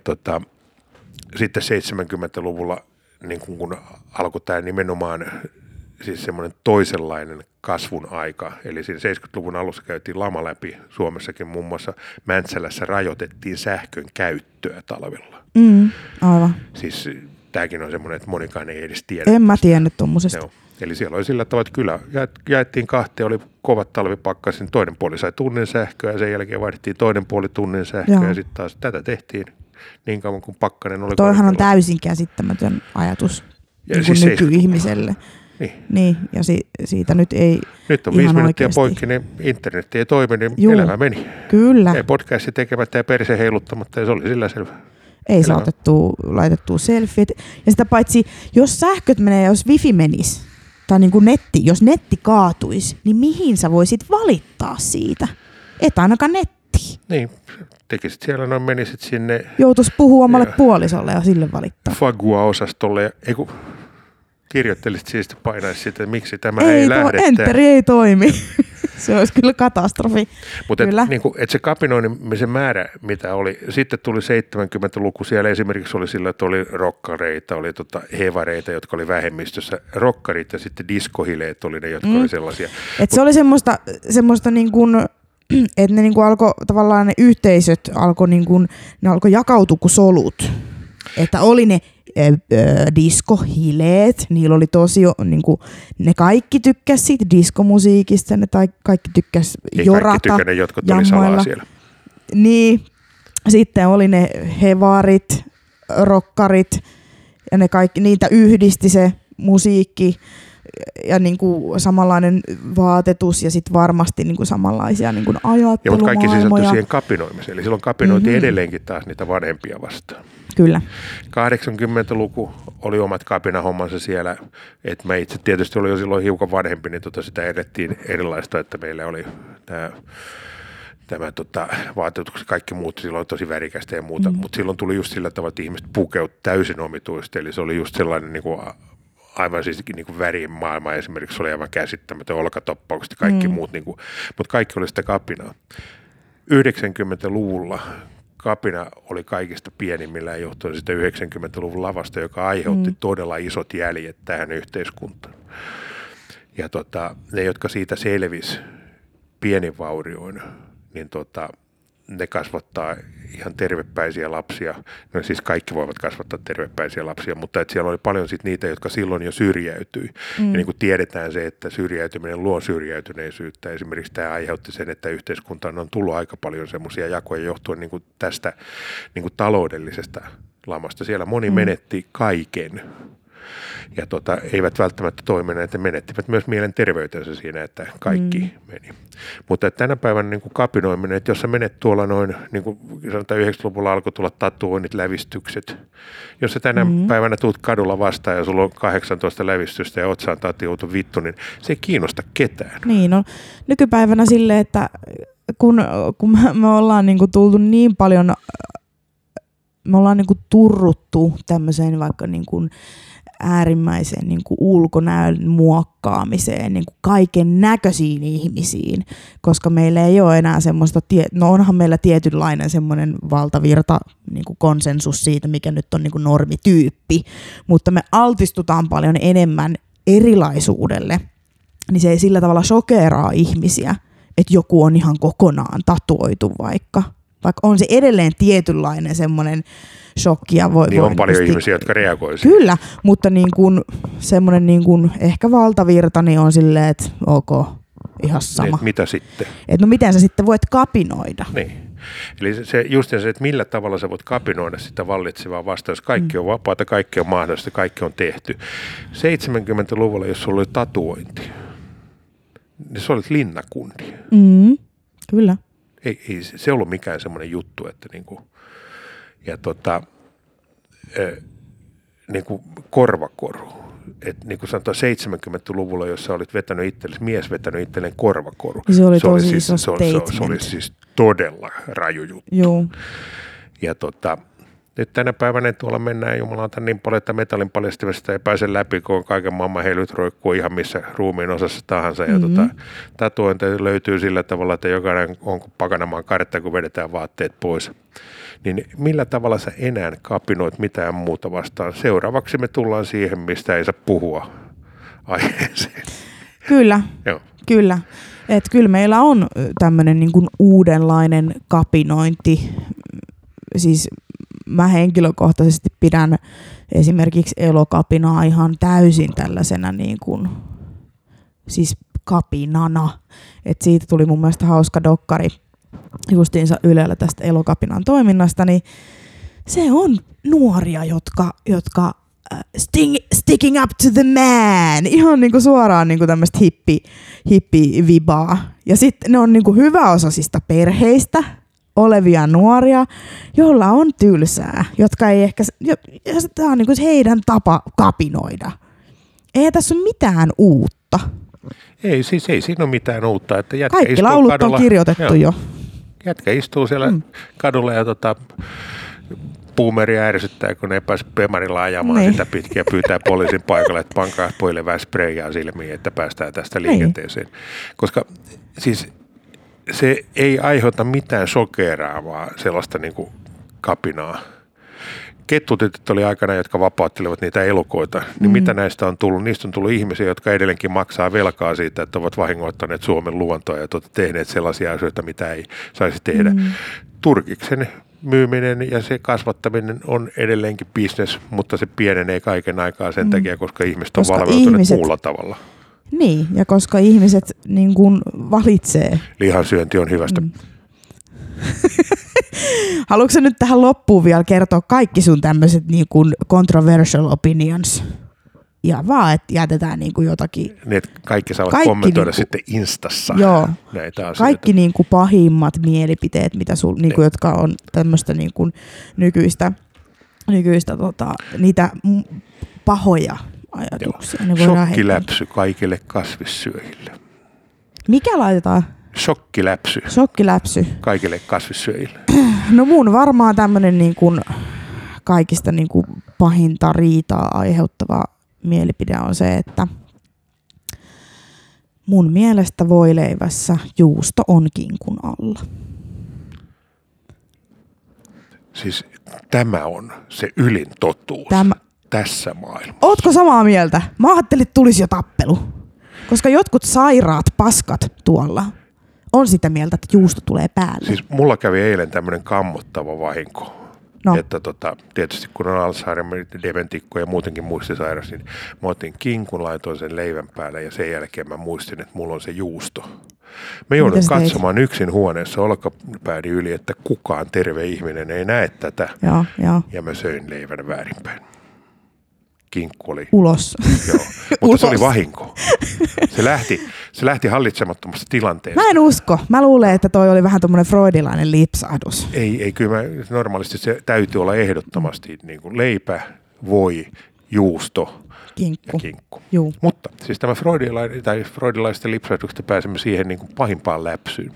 sitten 70-luvulla, niin kun alkoi tämä nimenomaan siis semmoinen toisenlainen kasvun aika, eli siinä 70-luvun alussa käytiin lama läpi Suomessakin, muun muassa Mäntsälässä rajoitettiin sähkön käyttöä talvella. Aivan. Siis tämäkin on semmoinen, että monikaan ei edes tiedä. En mä tiennyt tuommoisesta. Joo. Eli siellä oli sillä tavalla, että kyllä jaettiin 2, oli kovat talvipakkasin, toinen puoli sai tunnin sähköä ja sen jälkeen vaihdettiin toinen puoli tunnin sähköä ja sitten taas tätä tehtiin niin kauan kuin pakkanen oli. Toihan on täysin käsittämätön ajatus niin siis nykyihmiselle. Niin, ja siitä nyt ei nyt on 5 minuuttia poikki, niin internet ei toimi, niin elämä meni. Kyllä. Ei podcasti tekemättä ja perse heiluttamatta ja se oli sillä selvä. Ei laitettua selfieet. Ja sitä paitsi, jos sähköt menee ja jos wifi menisi, tai niin kuin netti, jos netti kaatuisi, niin mihin sä voisit valittaa siitä? Et ainakaan nettiin. Niin, tekisit siellä noin, menisit sinne. Joutuisi puhua omalle puolisolle ja sille valittaa. Fagua-osastolle ja kirjoittelisit siis, painaisit sitä, että miksi tämä ei lähde. Enteri ei toimi. Se olisi kyllä katastrofi. Mutta niin se kapinoimisen määrä, mitä oli, sitten tuli 70-luku, siellä esimerkiksi oli sillä, että oli rokkareita, oli hevareita, jotka oli vähemmistössä, rokkarit ja sitten diskohileet oli ne, jotka oli sellaisia. Et se oli semmoista niin kuin, että ne niin kuin alkoi tavallaan ne yhteisöt ne alkoi jakautua kuin solut. Että oli ne diskohileet, niillä oli tosi, niin kuin, ne kaikki tykkäs siitä diskomusiikista, ne kaikki tykkäs jorata. Ei kaikki tykkäs, ne jotkut oli salaa siellä. Niin, sitten oli ne hevarit, rokkarit ja ne kaikki, niitä yhdisti se musiikki ja niinku samanlainen vaatetus ja sitten varmasti niinku samanlaisia niinku ajattelumaailmoja. Mutta kaikki sisältyi siihen kapinoimiseen. Eli silloin kapinoitiin edelleenkin taas niitä vanhempia vastaan. Kyllä. 80-luku oli omat kapinahommansa siellä. Et mä itse tietysti olin jo silloin hiukan vanhempi, niin sitä edettiin erilaista, että meillä oli tämä vaatetukset, kaikki muut silloin tosi värikästä ja muuta, mutta silloin tuli just sillä tavalla, että ihmiset pukeut täysin omituisesti, eli se oli just sellainen niin kuin, aivan siis niin kuin värien maailma esimerkiksi, oli aivan käsittämätön, olkatoppaukset ja kaikki muut, niin kuin, mutta kaikki oli sitä kapinaa. 90-luvulla kapina oli kaikista pienimmillään johtuen sitä 90-luvun lavasta, joka aiheutti todella isot jäljet tähän yhteiskuntaan. Ja ne, jotka siitä selvisi pienin vaurioin, niin ne kasvattaa ihan tervepäisiä lapsia. No siis kaikki voivat kasvattaa tervepäisiä lapsia, mutta että siellä oli paljon sit niitä, jotka silloin jo syrjäytyi. Ja niin kuin tiedetään se, että syrjäytyminen luo syrjäytyneisyyttä. Esimerkiksi tämä aiheutti sen, että yhteiskuntaan on tullut aika paljon semmoisia jakoja johtuen niin kuin tästä niin kuin taloudellisesta lamasta. Siellä moni menetti kaiken. Ja eivät välttämättä toimineet ja menettivät myös mielenterveytensä siinä, että kaikki meni. Mutta tänä päivänä niin kuin kapinoiminen, että jos sä menet tuolla noin, niin kuin sanotaan 90-luvulla alkoi tulla tatuoinnit, lävistykset. Jos sä tänä päivänä tuut kadulla vastaan ja sulla on 18 lävistystä ja otsaan tatuoitu vittu, niin se ei kiinnosta ketään. Niin, no nykypäivänä silleen, että kun me ollaan niin kuin tultu niin paljon, me ollaan niin kuin turruttu tämmöiseen vaikka niin kuin äärimmäiseen niin kuin ulkonäön muokkaamiseen niin kuin kaiken näköisiin ihmisiin, koska meillä ei ole enää semmoista, no onhan meillä tietynlainen semmoinen valtavirta niin kuin konsensus siitä, mikä nyt on niin kuin normityyppi, mutta me altistutaan paljon enemmän erilaisuudelle, niin se ei sillä tavalla shokeraa ihmisiä, että joku on ihan kokonaan tatuoitu vaikka on se edelleen tietynlainen semmoinen shokki. Ja niin on paljon ihmisiä, jotka reagoisivat. Kyllä, mutta niin kuin, semmoinen niin kuin ehkä valtavirta niin on silleen, että ok, ihan sama. Mitä sitten? Et no miten sä sitten voit kapinoida? Niin. Eli se, just se, että millä tavalla sä voit kapinoida sitä vallitsevaa vastaan, jos kaikki on vapaata, kaikki on mahdollista, kaikki on tehty. 70-luvulla, jos sulla oli tatuointi, niin sä olit linnakundi. Kyllä. Ei se ollut mikään semmoinen juttu, että niinku, ja niinku korvakoru. Että niin kuin sanotaan 70-luvulla, jos sä olit mies vetänyt itselleen korvakoru. Se oli tosi iso statement. Se oli siis todella raju juttu. Joo. Ja nyt tänä päivänä tuolla mennään jumalauta niin paljon, että metallin paljastimesta ei pääse läpi, kun on kaiken maailman heilyt roikkuu ihan missä ruumiin osassa tahansa. Ja tatuointi löytyy sillä tavalla, että jokainen on pakanamaan kartta, kun vedetään vaatteet pois. Niin millä tavalla sä enää kapinoit mitään muuta vastaan? Seuraavaksi me tullaan siihen, mistä ei saa puhua aiheeseen. Kyllä, Joo. Kyllä. Että kyllä meillä on tämmöinen niin kuin uudenlainen kapinointi. Siis mä henkilökohtaisesti pidän esimerkiksi elokapinaa ihan täysin tällaisena niin kuin, siis kapinana. Et siitä tuli mun mielestä hauska dokkari justiinsa Ylellä tästä elokapinan toiminnasta, niin se on nuoria, jotka sticking up to the man, ihan niinku suoraan niinku tämmöistä hippi-vibaa. Ja sitten ne on niinku hyväosaisista perheistä olevia nuoria, joilla on tylsää, jotka ei ehkä, tämä on niinku heidän tapa kapinoida. Ei tässä ole mitään uutta. Ei, siis ei siinä ole mitään uutta. Että kaikki laulut kadulla, on kirjoitettu jo. Jätkä istuu siellä kadulla ja boomeria ärsyttää, kun ei pääse pemarilla ajamaan sitä pitkin ja pyytää poliisin paikalle, että pankaa pojille vähän spreijaa silmiin, että päästään tästä liikenteeseen. Koska siis se ei aiheuta mitään shokeraavaa sellaista niin kuin kapinaa. Kettutytöt oli aikana, jotka vapauttelivat niitä elukoita, niin mitä näistä on tullut? Niistä on tullut ihmisiä, jotka edelleenkin maksaa velkaa siitä, että ovat vahingoittaneet Suomen luontoa ja tehneet sellaisia asioita, mitä ei saisi tehdä. Turkiksen myyminen ja se kasvattaminen on edelleenkin business, mutta se pienenee kaiken aikaa sen takia, koska ihmiset on valveutuneet muulla tavalla. Niin, ja koska ihmiset niin kuin valitsee. Lihansyönti on hyvästä. Haluatko sä nyt tähän loppuun vielä kertoa kaikki sun tämmöiset niin kuin controversial opinions? Ja vaan, että jätetään niin kuin jotakin. Niin, että kaikki saavat kommentoida niin kuin, sitten Instassa näitä asioita. Kaikki niin kuin pahimmat mielipiteet, mitä niin kuin, jotka on tämmöistä niin kuin nykyistä niitä pahoja ajatuksia. Shokkiläpsy kaikille kasvissyöjille. Mikä laitetaan? Shokkiläpsy kaikille kasvissyöjille. No mun varmaan tämmönen niin kuin kaikista niin kuin pahinta riitaa aiheuttava mielipide on se, että mun mielestä voileivässä juusto on kinkun alla. Siis tämä on se ylin totuus tässä maailmassa. Ootko samaa mieltä? Mä ajattelin, että tulisi jo tappelu. Koska jotkut sairaat paskat tuolla on sitä mieltä, että juusto tulee päälle. Siis mulla kävi eilen tämmöinen kammottava vahinko. No. Että tietysti kun on Alzheimer, dementikko ja muutenkin muistisairas, niin mä otin kinkun, laitoin sen leivän päälle ja sen jälkeen mä muistin, että mulla on se juusto. Mä joudun katsomaan yksin huoneessa olkapääni yli, että kukaan terve ihminen ei näe tätä. Ja mä söin leivän väärinpäin. Kinkku oli ulos. Joo, mutta se oli vahinko. Se lähti hallitsemattomasta tilanteesta. Mä en usko. Mä luulen, että toi oli vähän tommonen freudilainen lipsahdus. Ei kyllä normaalisti se täytyy olla ehdottomasti niin kuin leipä, voi, juusto ja kinkku. Juu. Mutta siis tämä freudilaisten lipsahduksesta pääsemme siihen niin kuin pahimpaan läpsyyn.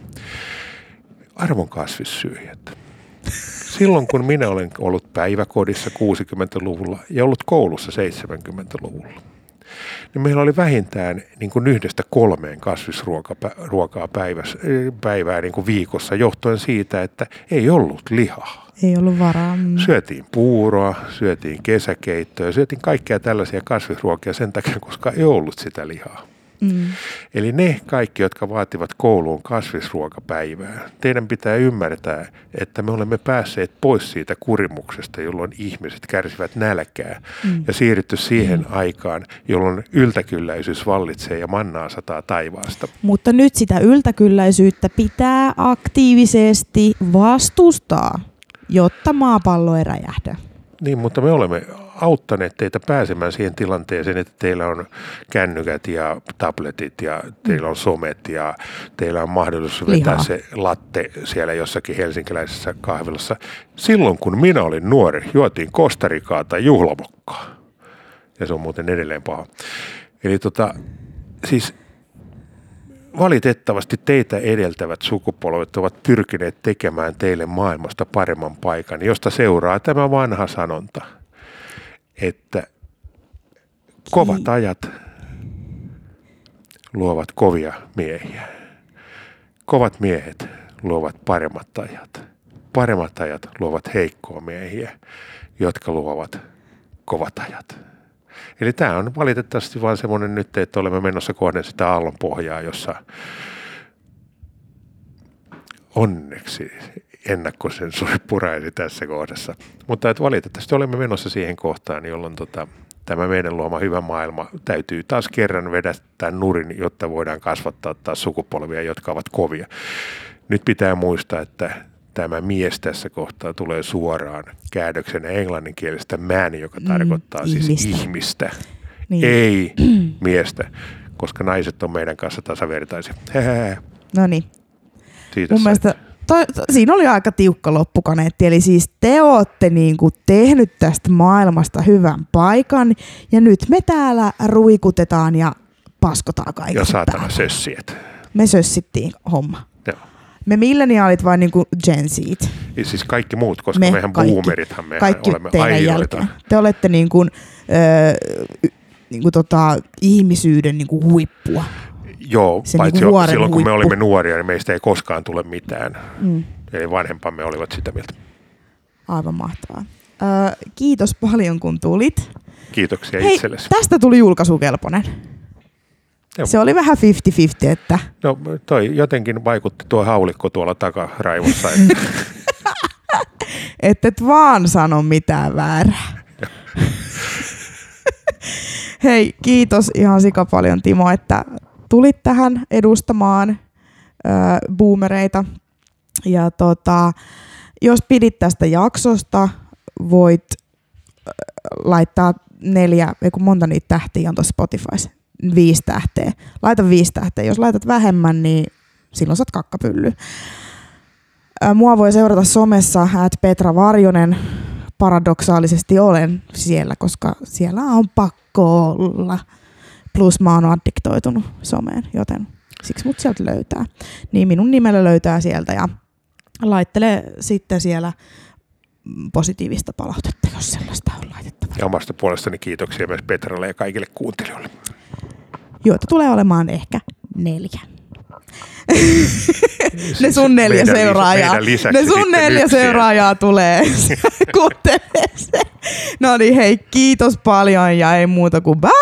Arvon kasvissyöjät. Silloin kun minä olen ollut päiväkodissa 60-luvulla ja ollut koulussa 70-luvulla, niin meillä oli vähintään niin kuin 1-3 kasvisruokaa päivää niin kuin viikossa johtuen siitä, että ei ollut lihaa. Ei ollut varaa. Syötiin puuroa, syötiin kesäkeittoa, syötiin kaikkea tällaisia kasvisruokia sen takia, koska ei ollut sitä lihaa. Eli ne kaikki, jotka vaativat kouluun kasvisruokapäivää, teidän pitää ymmärtää, että me olemme päässeet pois siitä kurimuksesta, jolloin ihmiset kärsivät nälkää ja siirrytty siihen aikaan, jolloin yltäkylläisyys vallitsee ja mannaa sataa taivaasta. Mutta nyt sitä yltäkylläisyyttä pitää aktiivisesti vastustaa, jotta maapallo ei räjähdä. Niin, mutta me olemme auttaneet teitä pääsemään siihen tilanteeseen, että teillä on kännykät ja tabletit ja teillä on somet ja teillä on mahdollisuus vetää se latte siellä jossakin helsinkiläisessä kahvilassa. Silloin kun minä olin nuori, juotiin Kostarikaa tai juhlamokkaa. Ja se on muuten edelleen paha. Eli siis valitettavasti teitä edeltävät sukupolvet ovat pyrkineet tekemään teille maailmasta paremman paikan, josta seuraa tämä vanha sanonta, että kovat ajat luovat kovia miehiä. Kovat miehet luovat paremmat ajat. Paremmat ajat luovat heikkoa miehiä, jotka luovat kovat ajat. Eli tämä on valitettavasti vaan semmoinen nyt, että olemme menossa kohden sitä aallon pohjaa, jossa onneksi ennakkosensuuri puraisi tässä kohdassa. Mutta että valitettavasti olemme menossa siihen kohtaan, jolloin tämä meidän luoma hyvä maailma täytyy taas kerran vedättää nurin, jotta voidaan kasvattaa taas sukupolvia, jotka ovat kovia. Nyt pitää muistaa, että tämä mies tässä kohtaa tulee suoraan käännöksenä englanninkielestä man, joka tarkoittaa siis ihmistä, ei miestä, koska naiset on meidän kanssa tasavertaisia. No niin. Mun mielestä siinä oli aika tiukka loppukaneetti, eli siis te ootte niinku tehnyt tästä maailmasta hyvän paikan, ja nyt me täällä ruikutetaan ja paskotaan kaikki. Ja saatana sössiet. Me sössittiin homma. Joo. Me milleniaalit vai niinku Gen Z:t? Siis kaikki muut, koska mehän boomerithan me olemme aidoita. Te olette niinku ihmisyyden niinku huippua. Joo, se paitsi niinku silloin kun huippu. me olimme nuoria, niin meistä ei koskaan tule mitään. Eli vanhempamme olivat sitä mieltä. Aivan mahtavaa. Kiitos paljon kun tulit. Kiitoksia itsellesi. Tästä tuli julkaisukelpoinen. Joo. Se oli vähän 50-50, että... No toi jotenkin vaikutti tuo haulikko tuolla takaraivossa. Et vaan sano mitään väärää. Hei, kiitos ihan sika paljon Timo, että tulit tähän edustamaan boomereita. Ja jos pidit tästä jaksosta, voit laittaa monta niitä tähtiä on tuossa Spotifyssa? 5 tähteä. Laita 5 tähteä. Jos laitat vähemmän, niin silloin saat kakkapylly. Mua voi seurata somessa @Petra Varjonen. Paradoksaalisesti olen siellä, koska siellä on pakko olla. Plus mä oon addiktoitunut someen, joten siksi mut sieltä löytää. Niin minun nimellä löytää sieltä ja laittele sitten siellä positiivista palautetta, jos sellaista on laitettava. Ja omasta puolestani kiitoksia myös Petralle ja kaikille kuuntelijoille. Joita tulee olemaan ehkä 4. Ne sun 4 seuraajaa. Ne sun 4 seuraajaa tulee kuuntelemaan. No niin, hei, kiitos paljon ja ei muuta kuin bye!